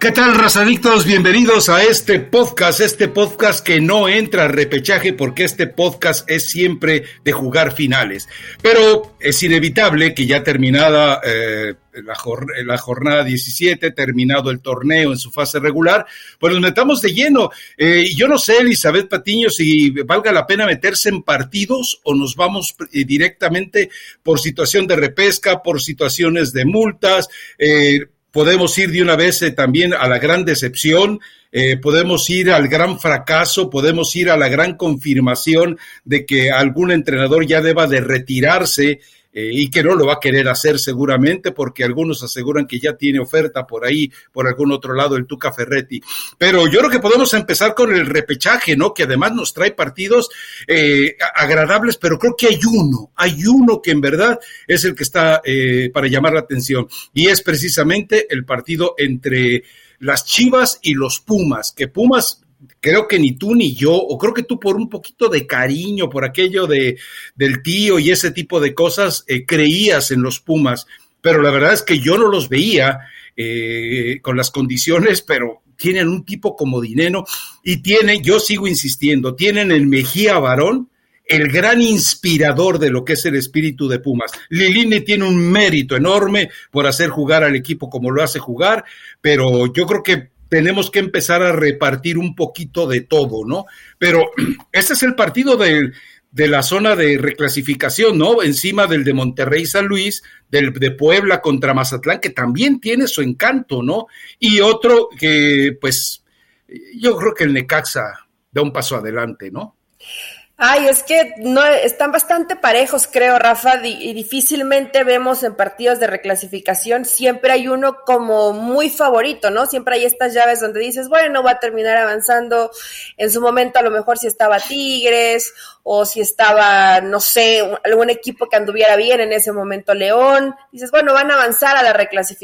¿Qué tal, razadictos? Bienvenidos a este podcast que no entra a repechaje porque este podcast es siempre de jugar finales. Pero es inevitable que ya terminada la jornada 17, terminado el torneo en su fase regular, pues nos metamos de lleno. Yo no sé, Elizabeth Patiño, si valga la pena meterse en partidos o nos vamos directamente por situación de repesca, por situaciones de multas, podemos ir de una vez también a la gran decepción, podemos ir al gran fracaso, podemos ir a la gran confirmación de que algún entrenador ya deba de retirarse y que no lo va a querer hacer seguramente porque algunos aseguran que ya tiene oferta por ahí, por algún otro lado, el Tuca Ferretti. Pero yo creo que podemos empezar con el repechaje, ¿no? Que además nos trae partidos agradables, pero creo que hay uno que en verdad es el que está para llamar la atención y es precisamente el partido entre las Chivas y los Pumas, que Pumas creo que ni tú ni yo, o creo que tú por un poquito de cariño, por aquello del tío y ese tipo de cosas, creías en los Pumas, pero la verdad es que yo no los veía con las condiciones, pero tienen un tipo como Dineno y yo sigo insistiendo, tienen el Mejía Barón, el gran inspirador de lo que es el espíritu de Pumas. Lilini tiene un mérito enorme por hacer jugar al equipo como lo hace jugar, pero yo creo que tenemos que empezar a repartir un poquito de todo, ¿no? Pero este es el partido de la zona de reclasificación, ¿no? Encima del de Monterrey San Luis, de Puebla contra Mazatlán, que también tiene su encanto, ¿no? Y otro que, pues, yo creo que el Necaxa da un paso adelante, ¿no? Ay, es que no están bastante parejos, creo, Rafa, y difícilmente vemos en partidos de reclasificación, siempre hay uno como muy favorito, ¿no? Siempre hay estas llaves donde dices, bueno, va a terminar avanzando, en su momento a lo mejor si estaba Tigres, o si estaba, no sé, algún equipo que anduviera bien en ese momento León, dices, bueno, van a avanzar a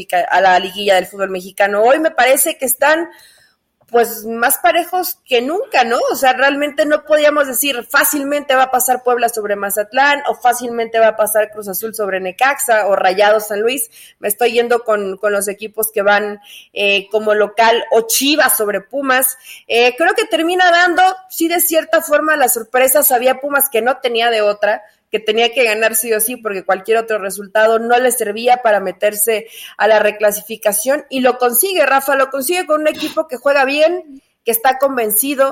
la liguilla del fútbol mexicano. Hoy me parece que están pues más parejos que nunca, ¿no? O sea, realmente no podíamos decir fácilmente va a pasar Puebla sobre Mazatlán o fácilmente va a pasar Cruz Azul sobre Necaxa o Rayados San Luis. Me estoy yendo con los equipos que van como local o Chivas sobre Pumas. Creo que termina dando, sí, de cierta forma la sorpresa. Sabía Pumas que no tenía de otra, que tenía que ganar sí o sí porque cualquier otro resultado no le servía para meterse a la reclasificación y lo consigue, Rafa, lo consigue con un equipo que juega bien, que está convencido,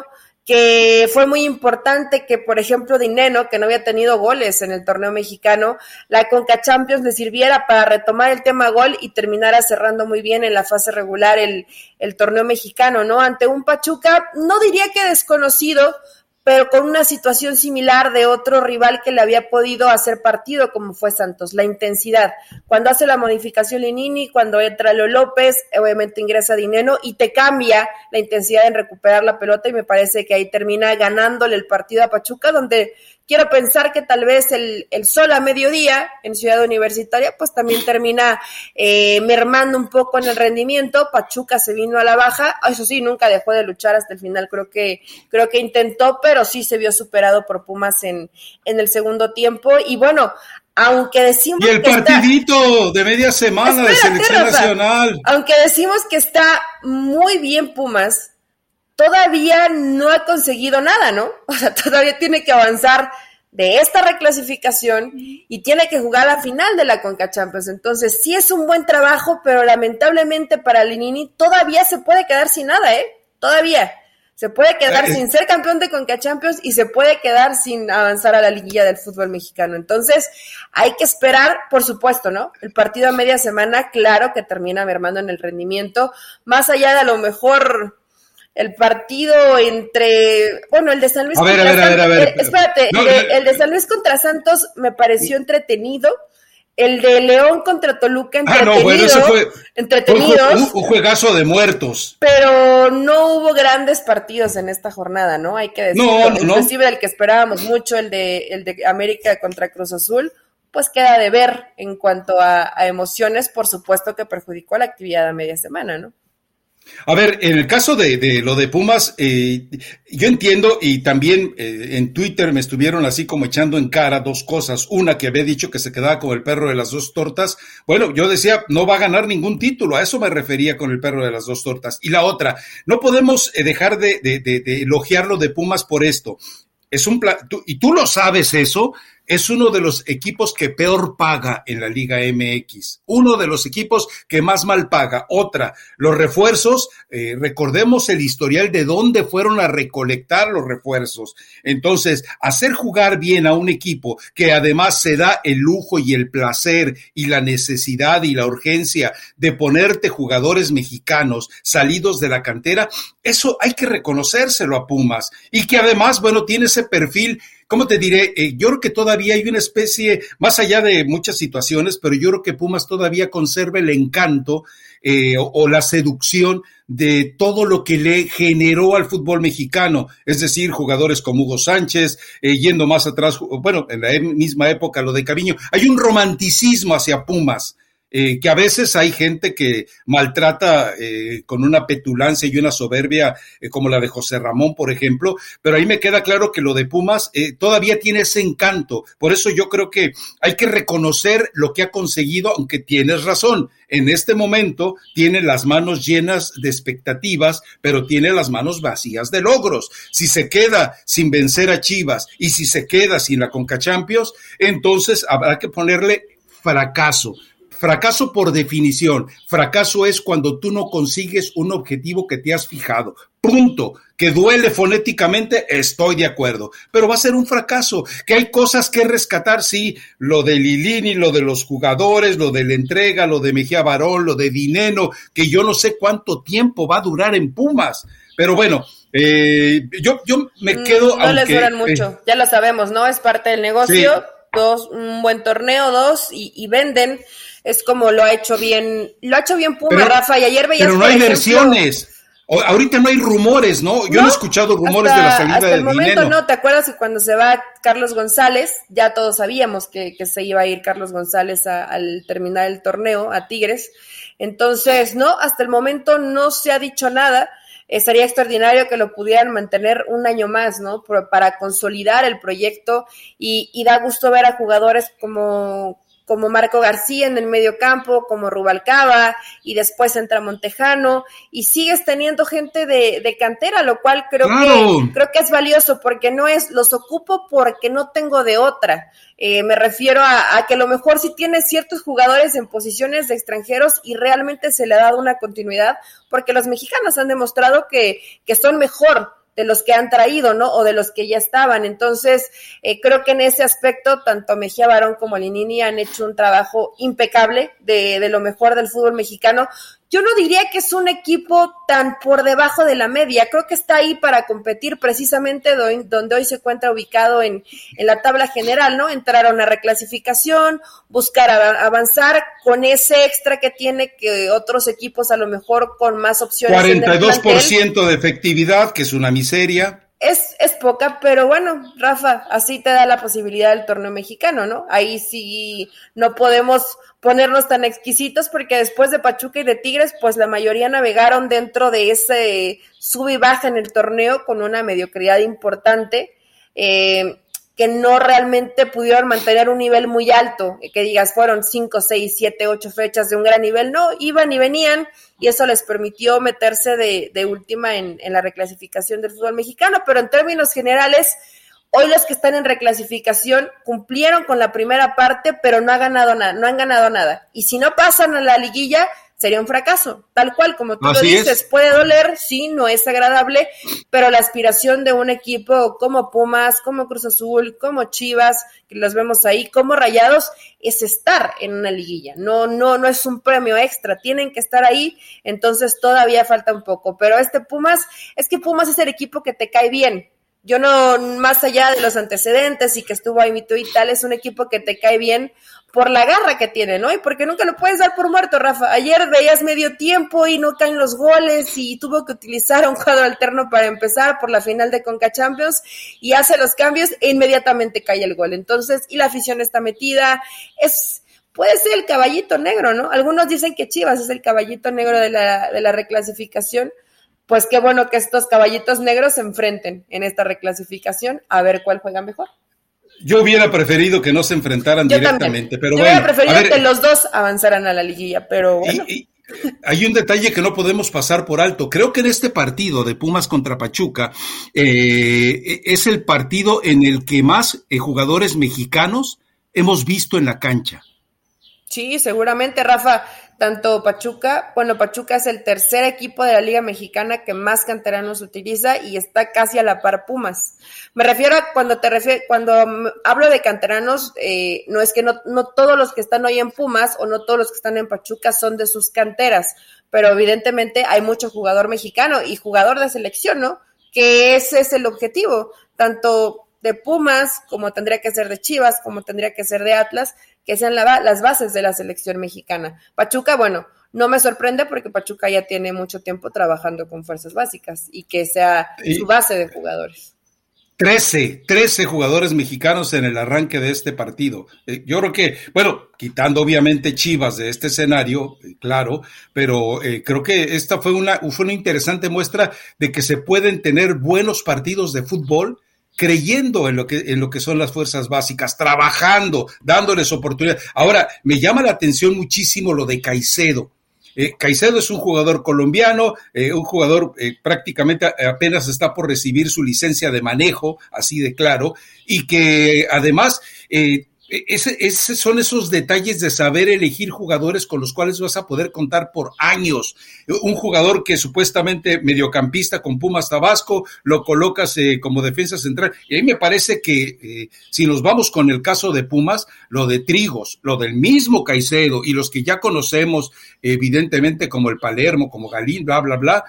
que fue muy importante que, por ejemplo, Dineno, que no había tenido goles en el torneo mexicano, la Conca Champions le sirviera para retomar el tema gol y terminara cerrando muy bien en la fase regular el torneo mexicano, ¿no? Ante un Pachuca, no diría que desconocido, pero con una situación similar de otro rival que le había podido hacer partido, como fue Santos, la intensidad. Cuando hace la modificación Lilini, cuando entra Leo López, obviamente ingresa Dineno y te cambia la intensidad en recuperar la pelota y me parece que ahí termina ganándole el partido a Pachuca, donde quiero pensar que tal vez el sol a mediodía en Ciudad Universitaria pues también termina mermando un poco en el rendimiento. Pachuca se vino a la baja, eso sí, nunca dejó de luchar hasta el final, creo que intentó, pero sí se vio superado por Pumas en el segundo tiempo y bueno, aunque decimos y el que partidito de media semana de selección nacional, aunque decimos que está muy bien Pumas, todavía no ha conseguido nada, ¿no? O sea, todavía tiene que avanzar de esta reclasificación y tiene que jugar la final de la Conca Champions. Entonces, sí es un buen trabajo, pero lamentablemente para Lilini todavía se puede quedar sin nada, Todavía. Se puede quedar sin ser campeón de Conca Champions y se puede quedar sin avanzar a la liguilla del fútbol mexicano. Entonces, hay que esperar, por supuesto, ¿no? El partido a media semana, claro que termina mermando en el rendimiento, más allá de a lo mejor el partido entre, bueno, el de San Luis contra Santos. Espérate, el de San Luis contra Santos me pareció entretenido. El de León contra Toluca, entretenidos. Un juegazo de muertos. Pero no hubo grandes partidos en esta jornada, ¿no? Hay que decirlo. Inclusive el que esperábamos mucho, el de América contra Cruz Azul, pues queda de ver en cuanto a emociones, por supuesto que perjudicó la actividad a media semana, ¿no? A ver, en el caso de lo de Pumas, yo entiendo y también en Twitter me estuvieron así como echando en cara dos cosas. Una, que había dicho que se quedaba con el perro de las dos tortas. Bueno, yo decía, no va a ganar ningún título, a eso me refería con el perro de las dos tortas. Y la otra, no podemos dejar de elogiarlo de Pumas por esto. Es un y tú lo sabes eso, es uno de los equipos que peor paga en la Liga MX, uno de los equipos que más mal paga. Otra, los refuerzos, recordemos el historial de dónde fueron a recolectar los refuerzos. Entonces, hacer jugar bien a un equipo que además se da el lujo y el placer y la necesidad y la urgencia de ponerte jugadores mexicanos salidos de la cantera, eso hay que reconocérselo a Pumas. Y que además, bueno, tiene ese perfil. ¿Cómo te diré? Yo creo que todavía hay una especie, más allá de muchas situaciones, pero yo creo que Pumas todavía conserva el encanto o la seducción de todo lo que le generó al fútbol mexicano, es decir, jugadores como Hugo Sánchez, yendo más atrás, bueno, en la misma época lo de Caviño, hay un romanticismo hacia Pumas. Que a veces hay gente que maltrata con una petulancia y una soberbia como la de José Ramón, por ejemplo, pero ahí me queda claro que lo de Pumas todavía tiene ese encanto. Por eso yo creo que hay que reconocer lo que ha conseguido, aunque tienes razón, en este momento tiene las manos llenas de expectativas, pero tiene las manos vacías de logros. Si se queda sin vencer a Chivas y si se queda sin la Conca Champions, entonces habrá que ponerle fracaso. Fracaso por definición. Fracaso es cuando tú no consigues un objetivo que te has fijado. Punto. Que duele fonéticamente, estoy de acuerdo. Pero va a ser un fracaso. Que hay cosas que rescatar, sí. Lo de Lilini, lo de los jugadores, lo de la entrega, lo de Mejía Barón, lo de Dineno, que yo no sé cuánto tiempo va a durar en Pumas. Pero bueno, yo me quedo... No les duran mucho, ya lo sabemos, ¿no? Es parte del negocio. Sí. Un buen torneo, y venden. Es como lo ha hecho bien Puma, Rafa, y ayer veías. Pero no hay versiones. Ahorita no hay rumores, ¿no? Yo no he escuchado rumores de la salida del Dineno. Hasta el momento no, ¿te acuerdas que cuando se va Carlos González, ya todos sabíamos que se iba a ir Carlos González al terminar el torneo, a Tigres? Entonces, no, hasta el momento no se ha dicho nada. Sería extraordinario que lo pudieran mantener un año más, ¿no? Para consolidar el proyecto y da gusto ver a jugadores como Marco García en el medio campo, como Rubalcaba, y después entra Montejano, y sigues teniendo gente de cantera, lo cual creo que es valioso, porque no es, los ocupo porque no tengo de otra. Me refiero a que a lo mejor sí tienes ciertos jugadores en posiciones de extranjeros y realmente se le ha dado una continuidad, porque los mexicanos han demostrado que son mejor de los que han traído, ¿no? O de los que ya estaban. Entonces, creo que en ese aspecto, tanto Mejía Barón como Lilini han hecho un trabajo impecable de lo mejor del fútbol mexicano. Yo no diría que es un equipo tan por debajo de la media, creo que está ahí para competir precisamente donde hoy se encuentra ubicado en la tabla general, ¿no? Entrar a una reclasificación, buscar avanzar con ese extra que tiene que otros equipos a lo mejor con más opciones. 42% de efectividad, que es una miseria. Es poca, pero bueno, Rafa, así te da la posibilidad del torneo mexicano, ¿no? Ahí sí no podemos ponernos tan exquisitos porque después de Pachuca y de Tigres, pues la mayoría navegaron dentro de ese sub y baja en el torneo con una mediocridad importante, que no realmente pudieron mantener un nivel muy alto, que digas, fueron 5, 6, 7, 8 fechas de un gran nivel, no, iban y venían, y eso les permitió meterse de última en la reclasificación del fútbol mexicano, pero en términos generales, hoy los que están en reclasificación cumplieron con la primera parte, pero no han ganado nada, y si no pasan a la liguilla, sería un fracaso, tal cual, como tú lo dices, puede doler, sí, no es agradable, pero la aspiración de un equipo como Pumas, como Cruz Azul, como Chivas, que los vemos ahí, como Rayados, es estar en una liguilla, no es un premio extra, tienen que estar ahí, entonces todavía falta un poco, pero Pumas es el equipo que te cae bien. Yo no, más allá de los antecedentes y que estuvo ahí mito y tal, es un equipo que te cae bien por la garra que tiene, ¿no? Y porque nunca lo puedes dar por muerto, Rafa. Ayer veías medio tiempo y no caen los goles y tuvo que utilizar un cuadro alterno para empezar por la final de Conca Champions y hace los cambios e inmediatamente cae el gol. Entonces, y la afición está metida, puede ser el caballito negro, ¿no? Algunos dicen que Chivas es el caballito negro de la reclasificación. Pues qué bueno que estos caballitos negros se enfrenten en esta reclasificación a ver cuál juega mejor. Yo hubiera preferido que no se enfrentaran directamente, pero yo hubiera preferido que los dos avanzaran a la liguilla, pero bueno. Hay un detalle que no podemos pasar por alto. Creo que en este partido de Pumas contra Pachuca es el partido en el que más jugadores mexicanos hemos visto en la cancha. Sí, seguramente, Rafa, tanto Pachuca es el tercer equipo de la Liga Mexicana que más canteranos utiliza y está casi a la par Pumas. Me refiero a cuando hablo de canteranos, no es que no todos los que están hoy en Pumas o no todos los que están en Pachuca son de sus canteras, pero evidentemente hay mucho jugador mexicano y jugador de selección, ¿no? Que ese es el objetivo, tanto de Pumas, como tendría que ser de Chivas, como tendría que ser de Atlas, que sean las bases de la selección mexicana. Pachuca, bueno, no me sorprende porque Pachuca ya tiene mucho tiempo trabajando con fuerzas básicas y que sea su base de jugadores. 13 jugadores mexicanos en el arranque de este partido. Yo creo que, bueno, quitando obviamente Chivas de este escenario, claro, pero creo que esta fue una interesante muestra de que se pueden tener buenos partidos de fútbol creyendo en lo que son las fuerzas básicas, trabajando, dándoles oportunidad. Ahora, me llama la atención muchísimo lo de Caicedo. Caicedo es un jugador colombiano, un jugador prácticamente apenas está por recibir su licencia de manejo, así de claro, y que además son esos detalles de saber elegir jugadores con los cuales vas a poder contar por años. Un jugador que supuestamente mediocampista con Pumas Tabasco, lo colocas como defensa central. Y ahí me parece que si nos vamos con el caso de Pumas, lo de Trigos, lo del mismo Caicedo y los que ya conocemos, evidentemente como el Palermo, como Galín, bla, bla, bla,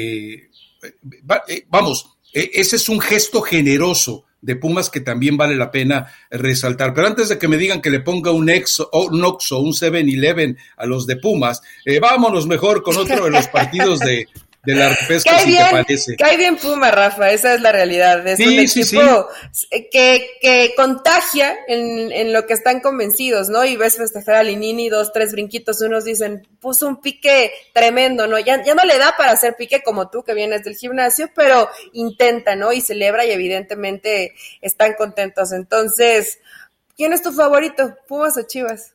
ese es un gesto generoso de Pumas que también vale la pena resaltar. Pero antes de que me digan que le ponga un Oxxo, un 7-Eleven a los de Pumas, vámonos mejor con otro de los partidos de la repesca, si te parece. Cae bien Puma, Rafa, esa es la realidad. Es un equipo que contagia en lo que están convencidos, ¿no? Y ves festejar a Linini, 2-3 brinquitos, unos dicen, puso un pique tremendo, ¿no? Ya no le da para hacer pique como tú, que vienes del gimnasio, pero intenta, ¿no? Y celebra y evidentemente están contentos. Entonces, ¿quién es tu favorito, Pumas o Chivas?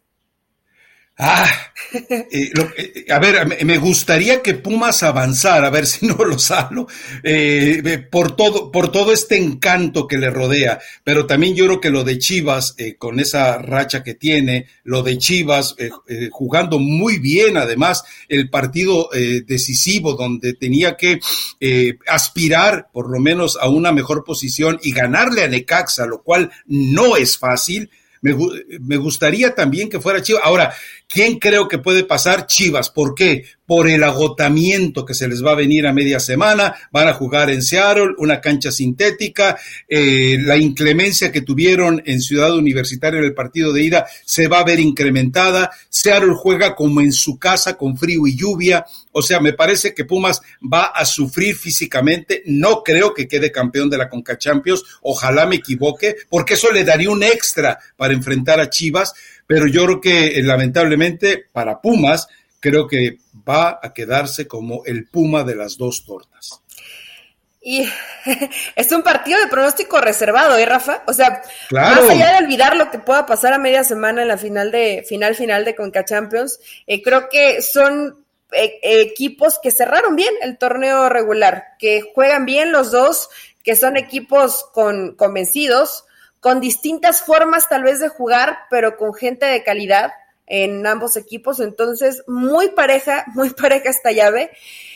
A ver, me gustaría que Pumas avanzara, a ver si no lo salo, por todo este encanto que le rodea, pero también yo creo que lo de Chivas, con esa racha que tiene, lo de Chivas jugando muy bien, además, el partido decisivo donde tenía que aspirar por lo menos a una mejor posición y ganarle a Necaxa, lo cual no es fácil. Me gustaría también que fuera Chivas. Ahora, ¿quién creo que puede pasar? Chivas. ¿Por qué? Por el agotamiento que se les va a venir a media semana. Van a jugar en Seattle, una cancha sintética. La inclemencia que tuvieron en Ciudad Universitaria en el partido de ida se va a ver incrementada. Seattle juega como en su casa con frío y lluvia. O sea, me parece que Pumas va a sufrir físicamente. No creo que quede campeón de la CONCACHAMPIONS. Ojalá me equivoque, porque eso le daría un extra para enfrentar a Chivas. Pero yo creo que lamentablemente para Pumas, creo que va a quedarse como el Puma de las dos tortas. Y es un partido de pronóstico reservado, Rafa? O sea, claro. Más allá de olvidar lo que pueda pasar a media semana en la final de CONCACHAMPIONS, creo que son equipos que cerraron bien el torneo regular, que juegan bien los dos, que son equipos convencidos, con distintas formas tal vez de jugar, pero con gente de calidad en ambos equipos. Entonces, muy pareja esta llave.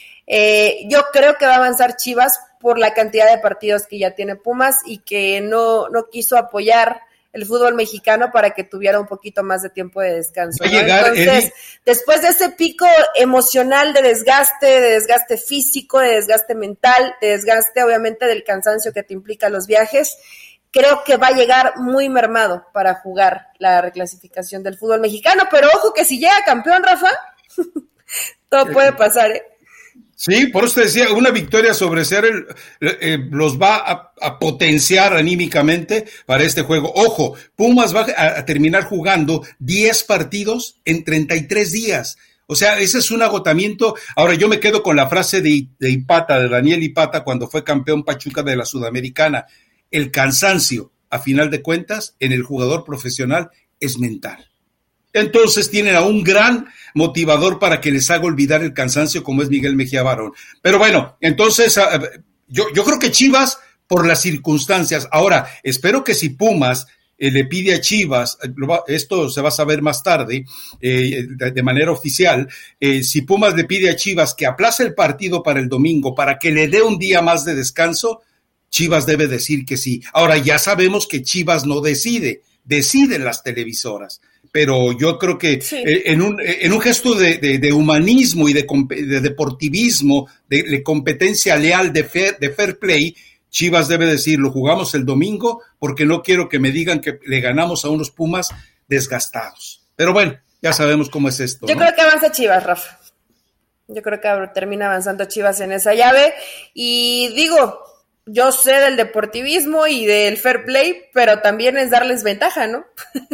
Yo creo que va a avanzar Chivas por la cantidad de partidos que ya tiene Pumas y que no quiso apoyar el fútbol mexicano para que tuviera un poquito más de tiempo de descanso, ¿no? Entonces, después de ese pico emocional de desgaste físico, de desgaste mental, de desgaste obviamente del cansancio que te implica los viajes, creo que va a llegar muy mermado para jugar la reclasificación del fútbol mexicano, pero ojo que si llega campeón, Rafa, todo puede pasar, ¿eh? Sí, por eso te decía, una victoria sobre Seattle los va a potenciar anímicamente para este juego. Ojo, Pumas va a terminar jugando 10 partidos en 33 días. O sea, ese es un agotamiento. Ahora, yo me quedo con la frase de Ipata, de Daniel Ipata, cuando fue campeón Pachuca de la Sudamericana. El cansancio, a final de cuentas, en el jugador profesional es mental. Entonces tienen a un gran motivador para que les haga olvidar el cansancio, como es Miguel Mejía Barón. Pero bueno, entonces yo creo que Chivas, por las circunstancias, ahora espero que si Pumas le pide a Chivas, esto se va a saber más tarde, de manera oficial, si Pumas le pide a Chivas que aplace el partido para el domingo, para que le dé un día más de descanso, Chivas debe decir que sí. Ahora ya sabemos que Chivas no decide, deciden las televisoras. Pero yo creo que sí, en un gesto de humanismo y de deportivismo, de competencia leal, de fair play, Chivas debe decir, lo jugamos el domingo porque no quiero que me digan que le ganamos a unos Pumas desgastados. Pero bueno, ya sabemos cómo es esto. Yo creo que avanza Chivas, Rafa. Yo creo que termina avanzando Chivas en esa llave. Y digo, yo sé del deportivismo y del fair play, pero también es darles ventaja, ¿no?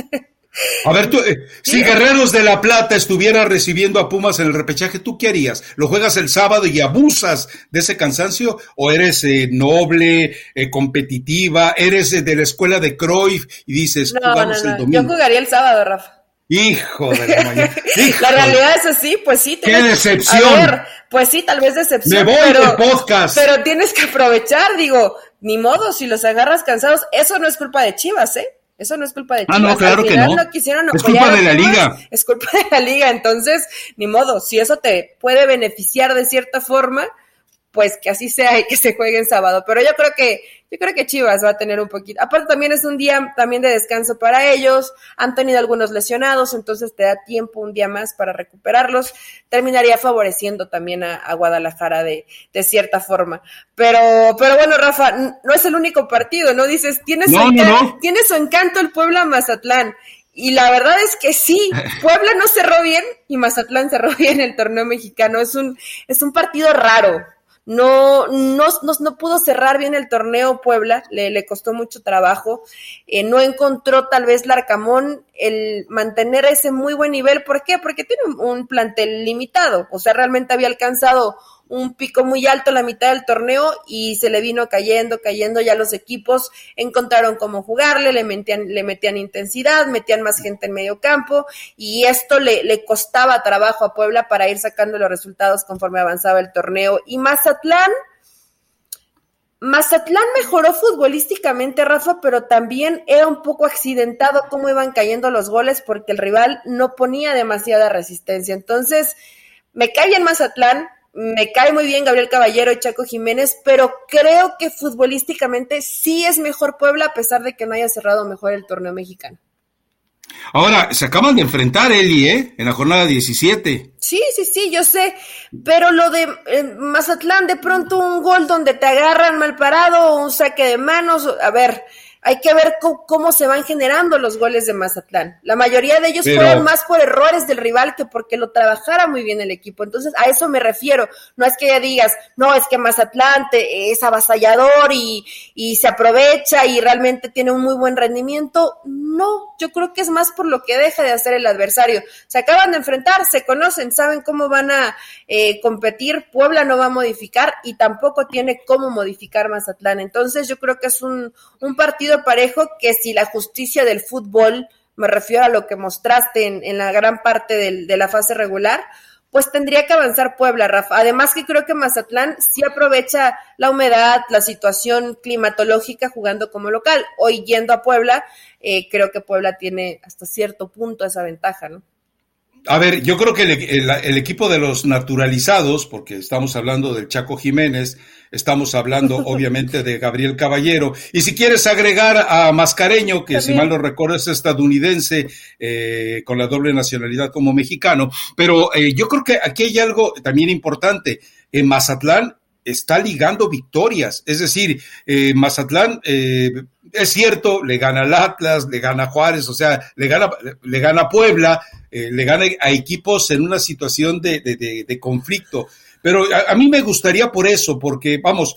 A ver, tú, si Guerreros de la Plata estuviera recibiendo a Pumas en el repechaje, ¿tú qué harías? ¿Lo juegas el sábado y abusas de ese cansancio? ¿O eres noble, competitiva? ¿Eres de la escuela de Cruyff y dices, jugamos el domingo? Yo jugaría el sábado, Rafa. Hijo de la mañana. La realidad es así, pues sí. ¡Qué decepción! A ver, pues sí, tal vez decepción. Me voy del podcast. Pero tienes que aprovechar, digo, ni modo, si los agarras cansados, eso no es culpa de Chivas, ¿eh? Eso no es culpa de Chivas. Ah, no, claro que no. No quisieron es culpa de la liga. Es culpa de la liga, entonces, ni modo. Si eso te puede beneficiar de cierta forma, pues que así sea y que se juegue en sábado. Pero yo creo que Chivas va a tener un poquito. Aparte también es un día también de descanso para ellos. Han tenido algunos lesionados, entonces te da tiempo un día más para recuperarlos. Terminaría favoreciendo también a Guadalajara de cierta forma. Pero bueno, Rafa, no es el único partido, ¿no? Dices, tiene su encanto el Puebla-Mazatlán. Y la verdad es que sí, Puebla no cerró bien y Mazatlán cerró bien el torneo mexicano. Es un partido raro. No pudo cerrar bien el torneo Puebla, le costó mucho trabajo, no encontró tal vez Larcamón el mantener ese muy buen nivel. ¿Por qué? Porque tiene un plantel limitado, o sea, realmente había alcanzado un pico muy alto la mitad del torneo y se le vino cayendo, ya los equipos encontraron cómo jugarle, le metían intensidad, metían más gente en medio campo y esto le costaba trabajo a Puebla para ir sacando los resultados conforme avanzaba el torneo. Y Mazatlán mejoró futbolísticamente, Rafa, pero también era un poco accidentado cómo iban cayendo los goles porque el rival no ponía demasiada resistencia. Entonces, me cae en Mazatlán, me cae muy bien Gabriel Caballero y Chaco Jiménez, pero creo que futbolísticamente sí es mejor Puebla a pesar de que no haya cerrado mejor el torneo mexicano. Ahora, se acaban de enfrentar, Eli, en la jornada 17. Sí, yo sé, pero lo de Mazatlán, de pronto un gol donde te agarran mal parado, un saque de manos, a ver, hay que ver cómo se van generando los goles de Mazatlán. La mayoría de ellos fueron más por errores del rival que porque lo trabajara muy bien el equipo. Entonces, a eso me refiero. No es que ya digas, no, es que Mazatlán es avasallador y se aprovecha y realmente tiene un muy buen rendimiento. No, yo creo que es más por lo que deja de hacer el adversario. Se acaban de enfrentar, se conocen, saben cómo van a competir. Puebla no va a modificar y tampoco tiene cómo modificar Mazatlán. Entonces, yo creo que es un partido parejo que si la justicia del fútbol, me refiero a lo que mostraste en la gran parte de la fase regular, pues tendría que avanzar Puebla, Rafa. Además que creo que Mazatlán sí aprovecha la humedad, la situación climatológica jugando como local. Hoy yendo a Puebla, creo que Puebla tiene hasta cierto punto esa ventaja, ¿no? A ver, yo creo que el equipo de los naturalizados, porque estamos hablando del Chaco Jiménez, estamos hablando obviamente de Gabriel Caballero, y si quieres agregar a Mascareño, que también, si mal no recuerdo, es estadounidense, con la doble nacionalidad como mexicano, pero yo creo que aquí hay algo también importante. En Mazatlán está ligando victorias, es decir, Mazatlán, es cierto, le gana al Atlas, le gana a Juárez, o sea, le gana a Puebla, le gana a equipos en una situación de conflicto, pero a mí me gustaría por eso, porque vamos,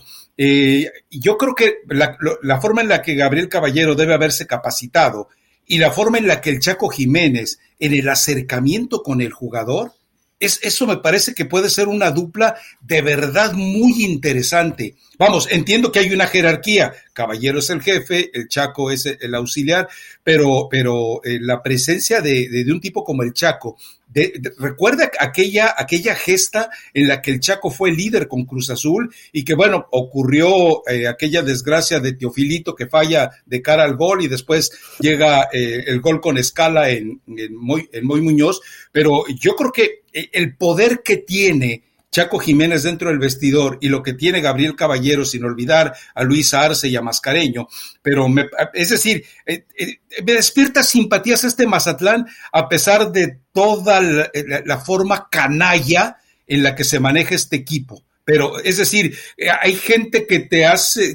yo creo que la forma en la que Gabriel Caballero debe haberse capacitado y la forma en la que el Chaco Jiménez en el acercamiento con el jugador, eso me parece que puede ser una dupla de verdad muy interesante. Vamos, entiendo que hay una jerarquía, Caballero es el jefe, el Chaco es el auxiliar, pero la presencia de un tipo como el Chaco, recuerda aquella gesta en la que el Chaco fue líder con Cruz Azul y que bueno, ocurrió aquella desgracia de Teofilito que falla de cara al gol y después llega el gol con Escala en Moy Muñoz, pero yo creo que el poder que tiene Chaco Jiménez dentro del vestidor y lo que tiene Gabriel Caballero, sin olvidar a Luis Arce y a Mascareño, pero es decir, me despierta simpatías este Mazatlán a pesar de toda la forma canalla en la que se maneja este equipo. Pero, es decir, hay gente que te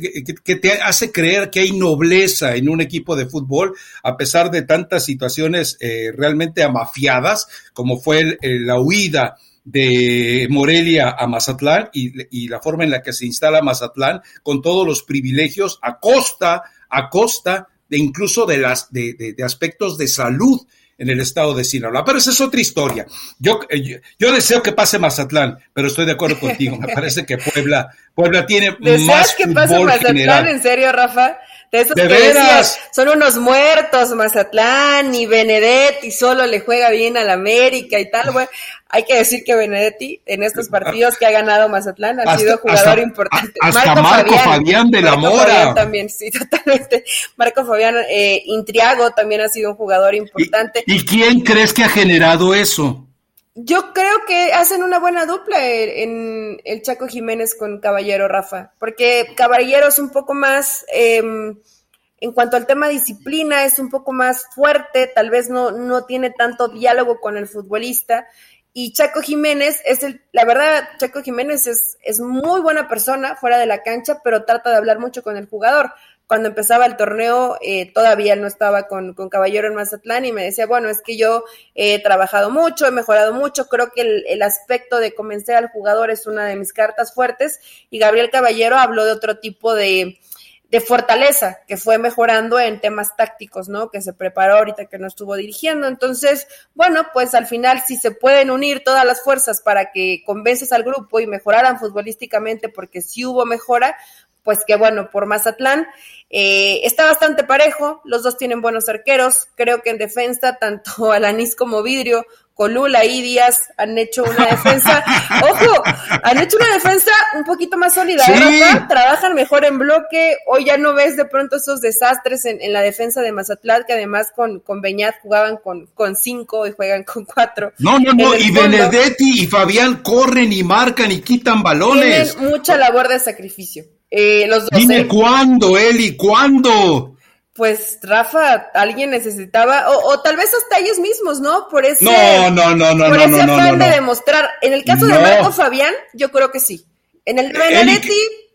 hace creer que hay nobleza en un equipo de fútbol, a pesar de tantas situaciones realmente amafiadas, como fue la huida de Morelia a Mazatlán y la forma en la que se instala Mazatlán con todos los privilegios a costa de incluso de aspectos de salud en el estado de Sinaloa. Pero esa es otra historia. Yo deseo que pase Mazatlán, pero estoy de acuerdo contigo. Me parece que Puebla tiene más que fútbol pase Mazatlán general. ¿En serio, Rafa? De esos ¿De que veras? decían, son unos muertos Mazatlán y Benedetti solo le juega bien al América y tal, güey. Hay que decir que Benedetti en estos partidos que ha ganado Mazatlán ha sido jugador importante. Hasta Marco Fabián de la Mora. Fabián también, sí, totalmente. Marco Fabián Intriago también ha sido un jugador importante. ¿Y quién crees que ha generado eso? Yo creo que hacen una buena dupla en el Chaco Jiménez con Caballero, Rafa, porque Caballero es un poco más, en cuanto al tema disciplina, es un poco más fuerte, tal vez no tiene tanto diálogo con el futbolista, y Chaco Jiménez la verdad, Chaco Jiménez es muy buena persona fuera de la cancha, pero trata de hablar mucho con el jugador. Cuando empezaba el torneo, todavía no estaba con Caballero en Mazatlán y me decía, bueno, es que yo he trabajado mucho, he mejorado mucho, creo que el aspecto de convencer al jugador es una de mis cartas fuertes, y Gabriel Caballero habló de otro tipo de fortaleza, que fue mejorando en temas tácticos, ¿no? Que se preparó ahorita que no estuvo dirigiendo. Entonces, bueno, pues al final si se pueden unir todas las fuerzas para que convences al grupo y mejoraran futbolísticamente, porque sí hubo mejora, pues que bueno, por Mazatlán. Está bastante parejo, los dos tienen buenos arqueros, creo que en defensa, tanto Alanís como Vidrio, Colula y Díaz han hecho una defensa, ojo, han hecho una defensa un poquito más sólida, sí. Rafa, trabajan mejor en bloque, hoy ya no ves de pronto esos desastres en la defensa de Mazatlán, que además con Beñat jugaban con 5 y juegan con 4. No, y Benedetti y Fabián corren y marcan y quitan balones. Tienen mucha labor de sacrificio. Los dos. Dime cuándo, Eli, ¿cuándo? Pues, Rafa, alguien necesitaba, o tal vez hasta ellos mismos, ¿no? Por ese afán de demostrar. En el caso de Marco Fabián, yo creo que sí. En el de Benedetti...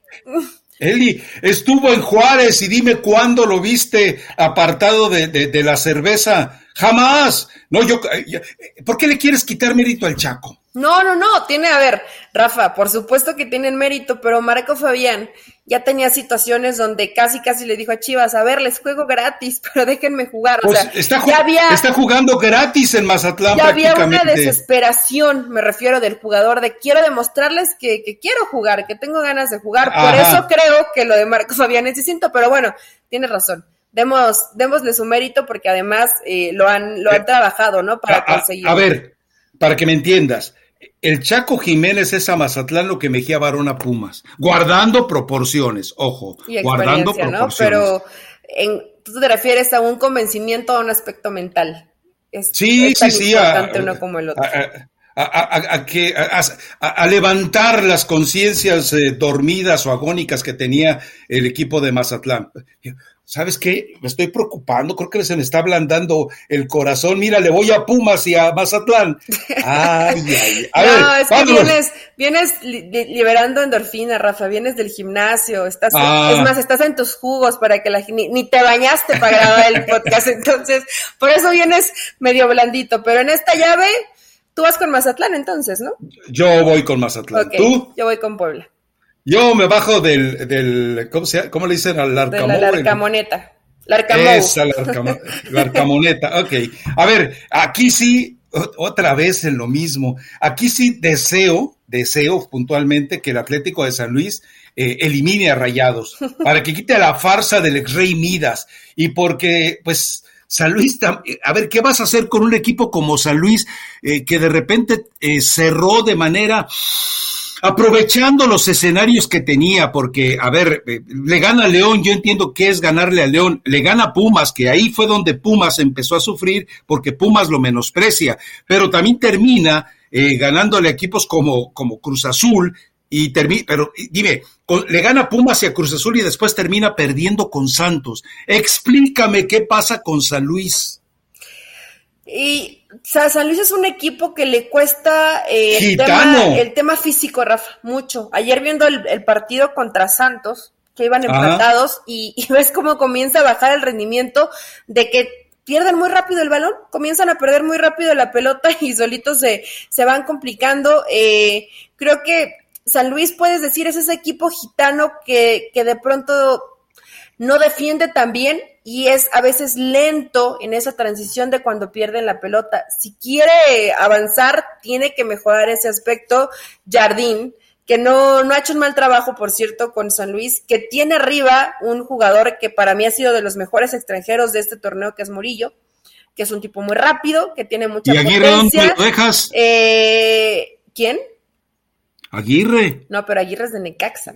Eli, estuvo en Juárez y dime cuándo lo viste apartado de la cerveza. Jamás. No, ¿por qué le quieres quitar mérito al Chaco? No, a ver, Rafa, por supuesto que tienen mérito, pero Marco Fabián ya tenía situaciones donde casi le dijo a Chivas, a ver, les juego gratis, pero déjenme jugar, pues o sea, está jugando gratis en Mazatlán ya prácticamente. Había una desesperación, me refiero, del jugador, de quiero demostrarles que quiero jugar, que tengo ganas de jugar. Ajá. Por eso creo que lo de Marco Fabián es distinto, pero bueno, tienes razón. Démosle su mérito porque además lo han trabajado, ¿no? Para conseguirlo. A ver, para que me entiendas, el Chaco Jiménez es a Mazatlán lo que Mejía Barón a Pumas, guardando proporciones, ojo, guardando proporciones. ¿No? Pero tú te refieres a un convencimiento, a un aspecto mental. Es tan importante uno como el otro. A levantar las conciencias dormidas o agónicas que tenía el equipo de Mazatlán. ¿Sabes qué? Me estoy preocupando, creo que se me está ablandando el corazón. Mira, le voy a Pumas y a Mazatlán. Ay. Es que vienes liberando endorfina, Rafa, vienes del gimnasio, es más, estás en tus jugos para que ni te bañaste para grabar el podcast, entonces, por eso vienes medio blandito, pero en esta llave, Tú vas con Mazatlán entonces, ¿no? Yo voy con Mazatlán. Okay, ¿Tú? Yo voy con Puebla. Yo me bajo del ¿cómo le dicen al Arcamón? De la Arcamoneta. Esa, la Arcamoneta, ok. A ver, aquí sí, otra vez en lo mismo. Aquí sí deseo puntualmente que el Atlético de San Luis elimine a Rayados, para que quite la farsa del ex Rey Midas, y porque, pues, San Luis, a ver, ¿qué vas a hacer con un equipo como San Luis, que de repente cerró de manera... aprovechando los escenarios que tenía, porque, a ver, le gana a León, yo entiendo que es ganarle a León, le gana a Pumas, que ahí fue donde Pumas empezó a sufrir, porque Pumas lo menosprecia, pero también termina ganándole a equipos como Cruz Azul, pero dime, le gana a Pumas y a Cruz Azul y después termina perdiendo con Santos. Explícame qué pasa con San Luis. Y San Luis es un equipo que le cuesta el tema físico, Rafa, mucho. Ayer viendo el partido contra Santos, que iban empatados, y ves cómo comienza a bajar el rendimiento de que pierden muy rápido el balón, comienzan a perder muy rápido la pelota y solitos se van complicando. Creo que San Luis, puedes decir, es ese equipo gitano que de pronto no defiende tan bien y es a veces lento en esa transición de cuando pierden la pelota. Si quiere avanzar, tiene que mejorar ese aspecto. Jardín, que no ha hecho un mal trabajo, por cierto, con San Luis, que tiene arriba un jugador que para mí ha sido de los mejores extranjeros de este torneo, que es Murillo, que es un tipo muy rápido, que tiene mucha potencia. ¿Y Aguirre dónde lo dejas? ¿Quién? Aguirre. No, pero Aguirre es de Necaxa.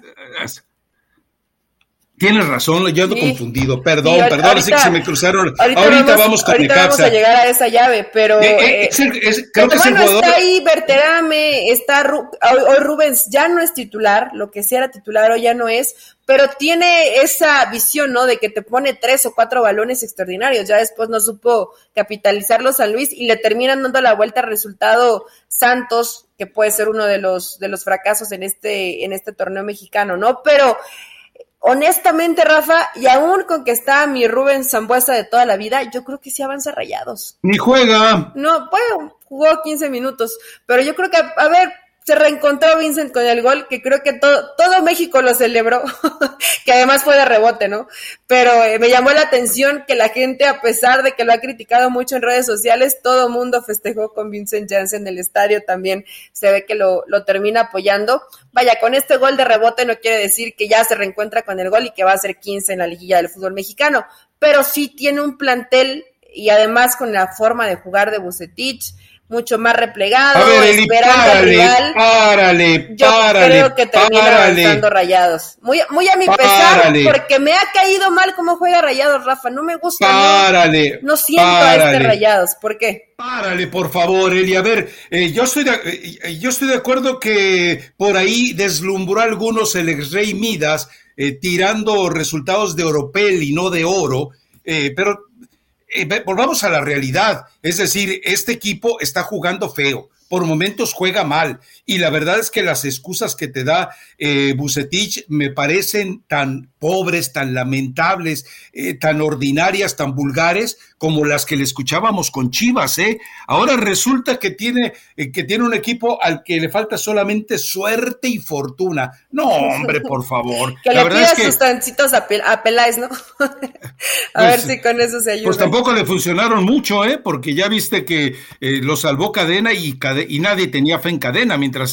Tienes razón, yo ando confundido, perdón, así que se me cruzaron. Ahorita vamos con Necaxa. Ahorita vamos a llegar a esa llave, pero... creo que es el jugador... Está ahí Berterame, hoy Rubens ya no es titular, lo que sí era titular hoy ya no es, pero tiene esa visión, ¿no?, de que te pone 3 o 4 balones extraordinarios. Ya después no supo capitalizarlo San Luis y le terminan dando la vuelta al resultado Santos, que puede ser uno de los fracasos en este torneo mexicano, ¿no? Pero... honestamente, Rafa, y aún con que está mi Rubén Sambuesa de toda la vida, yo creo que sí avanza Rayados. Ni juega. No, bueno, jugó 15 minutos, pero yo creo que, a ver, se reencontró Vincent con el gol, que creo que todo México lo celebró, que además fue de rebote, ¿no? Pero me llamó la atención que la gente, a pesar de que lo ha criticado mucho en redes sociales, todo mundo festejó con Vincent Janssen en el estadio, también se ve que lo termina apoyando. Vaya, con este gol de rebote no quiere decir que ya se reencuentra con el gol y que va a ser 15 en la liguilla del fútbol mexicano, pero sí tiene un plantel, y además con la forma de jugar de Vucetich, mucho más replegado, esperando al rival. Yo creo que termina avanzando Rayados. Muy a mi pesar, porque me ha caído mal cómo juega Rayados, Rafa. No me gusta. No siento a este Rayados. ¿Por qué? Párale, por favor, Eli. A ver, yo estoy de acuerdo que por ahí deslumbró a algunos el ex Rey Midas, tirando resultados de oropel y no de oro, pero volvamos a la realidad, es decir, este equipo está jugando feo, por momentos juega mal, y la verdad es que las excusas que te da Vucetich me parecen tan pobres, tan lamentables, tan ordinarias, tan vulgares, como las que le escuchábamos con Chivas, Ahora resulta que tiene un equipo al que le falta solamente suerte y fortuna. No, hombre, por favor. Que la le pida sus tancitos a Peláez, ¿no? Ver si con eso se ayuda. Pues tampoco le funcionaron mucho, porque ya viste que lo salvó Cadena y nadie tenía fe en Cadena. Mientras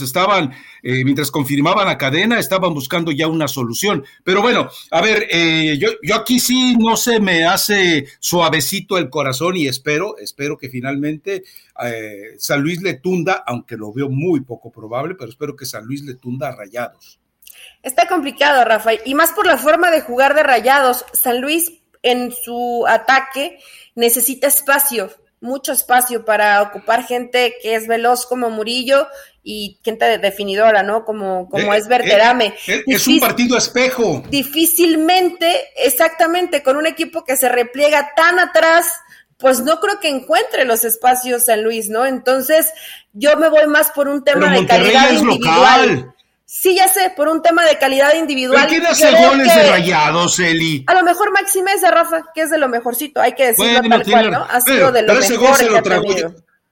confirmaban a Cadena, estaban buscando ya una solución. Pero bueno, a ver, yo aquí sí no se me hace suavecito el corazón y espero que finalmente San Luis le tunda, aunque lo veo muy poco probable, pero espero que San Luis le tunda a Rayados. Está complicado, Rafael, y más por la forma de jugar de Rayados. San Luis en su ataque necesita espacio, mucho espacio para ocupar gente que es veloz como Murillo y gente definidora, ¿no? Como es Berterame. Es un partido espejo. Difícilmente, exactamente, con un equipo que se repliega tan atrás, pues no creo que encuentre los espacios San Luis, ¿no? Entonces, yo me voy más por un tema de calidad individual. Local. Sí, ya sé, por un tema de calidad individual. ¿Pero quién hace goles de Rayados, Eli? A lo mejor Maxi Meza, Rafa, que es de lo mejorcito, hay que decirlo tal cual, ¿no? Ha sido de lo mejor que ha tenido.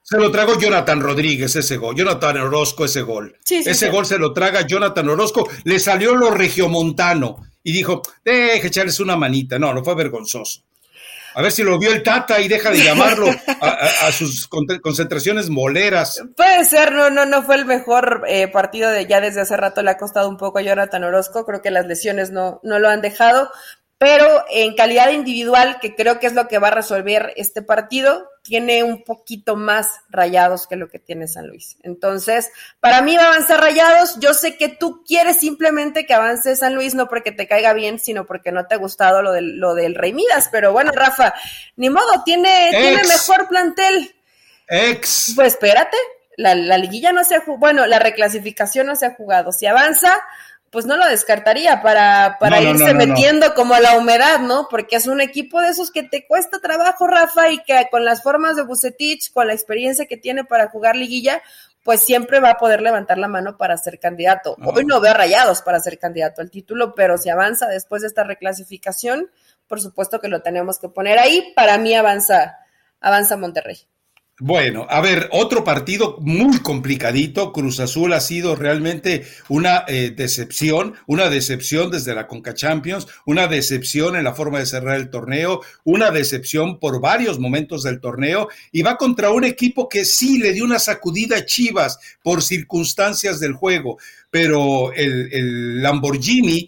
Se lo tragó Jonathan Rodríguez ese gol, Jonathan Orozco ese gol. Sí, ese gol se lo traga Jonathan Orozco, le salió lo regiomontano y dijo, deje echarles una manita. No fue vergonzoso. A ver si lo vio el Tata y deja de llamarlo a sus concentraciones moleras. Puede ser, no fue el mejor partido ya desde hace rato le ha costado un poco a Jonathan Orozco, creo que las lesiones no lo han dejado, pero en calidad individual, que creo que es lo que va a resolver este partido, tiene un poquito más Rayados que lo que tiene San Luis. Entonces, para mí va a avanzar Rayados. Yo sé que tú quieres simplemente que avance San Luis, no porque te caiga bien, sino porque no te ha gustado lo del Rey Midas. Pero bueno, Rafa, ni modo, tiene mejor plantel. Pues espérate, la liguilla no se ha jugado, bueno, la reclasificación no se ha jugado. Si avanza, pues no lo descartaría para irse metiendo como a la humedad, ¿no? Porque es un equipo de esos que te cuesta trabajo, Rafa, y que con las formas de Vucetich, con la experiencia que tiene para jugar liguilla, pues siempre va a poder levantar la mano para ser candidato. Hoy no veo Rayados para ser candidato al título, pero si avanza después de esta reclasificación, por supuesto que lo tenemos que poner ahí. Para mí avanza Monterrey. Bueno, a ver, otro partido muy complicadito. Cruz Azul ha sido realmente una decepción desde la Conca Champions, una decepción en la forma de cerrar el torneo, una decepción por varios momentos del torneo, y va contra un equipo que sí le dio una sacudida a Chivas por circunstancias del juego, pero el Lamborghini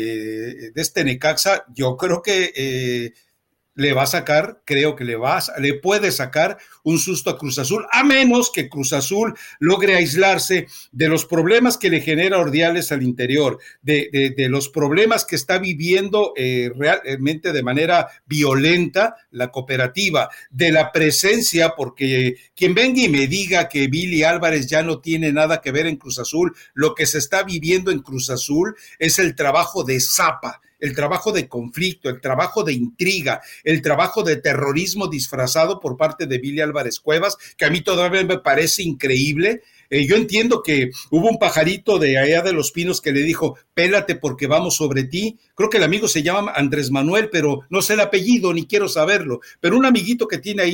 de este Necaxa, yo creo que le va a sacar, creo que le puede sacar un susto a Cruz Azul, a menos que Cruz Azul logre aislarse de los problemas que le genera Ordiales al interior, de los problemas que está viviendo realmente de manera violenta la cooperativa, de la presencia, porque quien venga y me diga que Billy Álvarez ya no tiene nada que ver en Cruz Azul, lo que se está viviendo en Cruz Azul es el trabajo de Zapa, el trabajo de conflicto, el trabajo de intriga, el trabajo de terrorismo disfrazado por parte de Billy Álvarez Cuevas, que a mí todavía me parece increíble. Yo entiendo que hubo un pajarito de allá de Los Pinos que le dijo, pélate porque vamos sobre ti. Creo que el amigo se llama Andrés Manuel, pero no sé el apellido, ni quiero saberlo. Pero un amiguito que tiene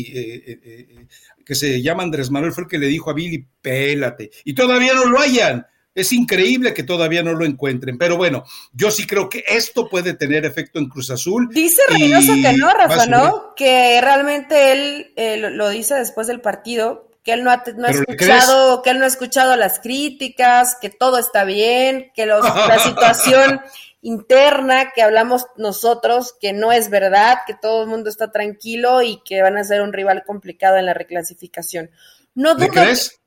ahí, que se llama Andrés Manuel, fue el que le dijo a Billy, pélate. Y todavía no lo hayan. Es increíble que todavía no lo encuentren, pero bueno, yo sí creo que esto puede tener efecto en Cruz Azul. Dice Reynoso que no, Rafa, ¿no? Que realmente él lo dice después del partido, que él no ha escuchado las críticas, que todo está bien, que la situación interna que hablamos nosotros, que no es verdad, que todo el mundo está tranquilo y que van a ser un rival complicado en la reclasificación. No dudo. ¿Le crees?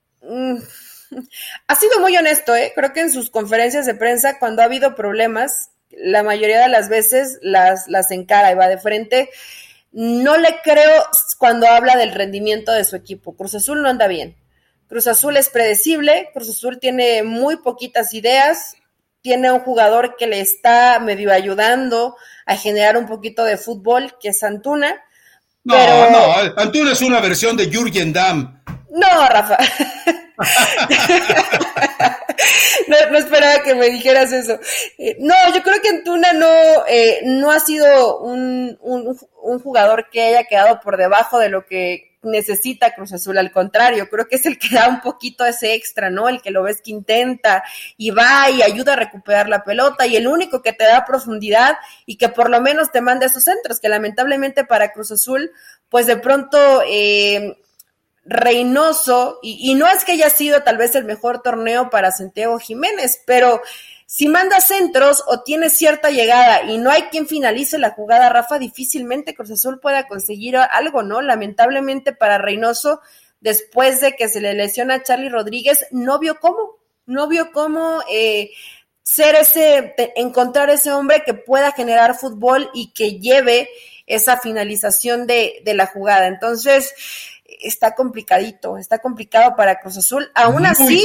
Ha sido muy honesto, creo que en sus conferencias de prensa, cuando ha habido problemas, la mayoría de las veces las encara y va de frente. No le creo cuando habla del rendimiento de su equipo. Cruz Azul no anda bien. Cruz Azul es predecible, Cruz Azul tiene muy poquitas ideas, tiene un jugador que le está medio ayudando a generar un poquito de fútbol, que es Antuna. No, Antuna es una versión de Jürgen Damm. No, Rafa. No esperaba que me dijeras eso. No, yo creo que Antuna no ha sido un jugador que haya quedado por debajo de lo que necesita Cruz Azul. Al contrario, creo que es el que da un poquito ese extra, ¿no? El que lo ves que intenta y va y ayuda a recuperar la pelota, y el único que te da profundidad y que por lo menos te manda esos centros, que lamentablemente para Cruz Azul, pues de pronto Reynoso, y no es que haya sido tal vez el mejor torneo para Santiago Jiménez, pero si manda centros o tiene cierta llegada y no hay quien finalice la jugada, Rafa, difícilmente Cruz Azul pueda conseguir algo, ¿no? Lamentablemente para Reynoso, después de que se le lesiona a Charly Rodríguez, no vio cómo encontrar ese hombre que pueda generar fútbol y que lleve esa finalización de la jugada. Entonces, está complicado para Cruz Azul. Aún así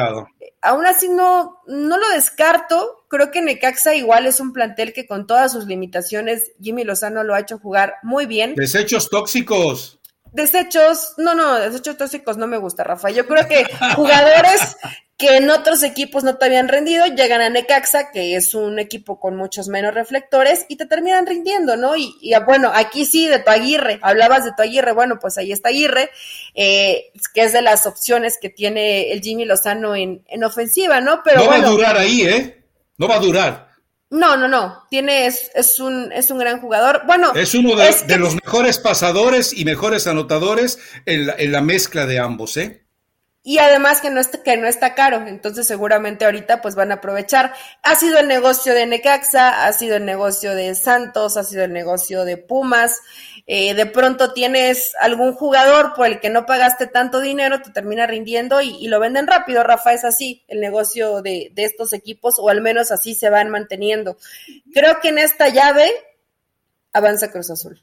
no lo descarto. Creo que Necaxa igual es un plantel que con todas sus limitaciones, Jimmy Lozano lo ha hecho jugar muy bien. Desechos tóxicos. Desechos tóxicos no me gusta, Rafa. Yo creo que jugadores que en otros equipos no te habían rendido, llegan a Necaxa, que es un equipo con muchos menos reflectores, y te terminan rindiendo, ¿no? Y bueno, aquí sí, de tu Aguirre, hablabas de tu Aguirre, bueno, pues ahí está Aguirre, que es de las opciones que tiene el Jimmy Lozano en ofensiva, ¿no? Pero no bueno, va a durar ahí, no va a la No. Es un gran jugador. Bueno, es uno de los mejores pasadores y mejores anotadores en la mezcla de ambos, ¿eh? Y además que no está caro, entonces seguramente ahorita pues van a aprovechar. Ha sido el negocio de Necaxa, ha sido el negocio de Santos, ha sido el negocio de Pumas. De pronto tienes algún jugador por el que no pagaste tanto dinero, te termina rindiendo y lo venden rápido, Rafa, es así el negocio de estos equipos, o al menos así se van manteniendo. Creo que en esta llave avanza Cruz Azul.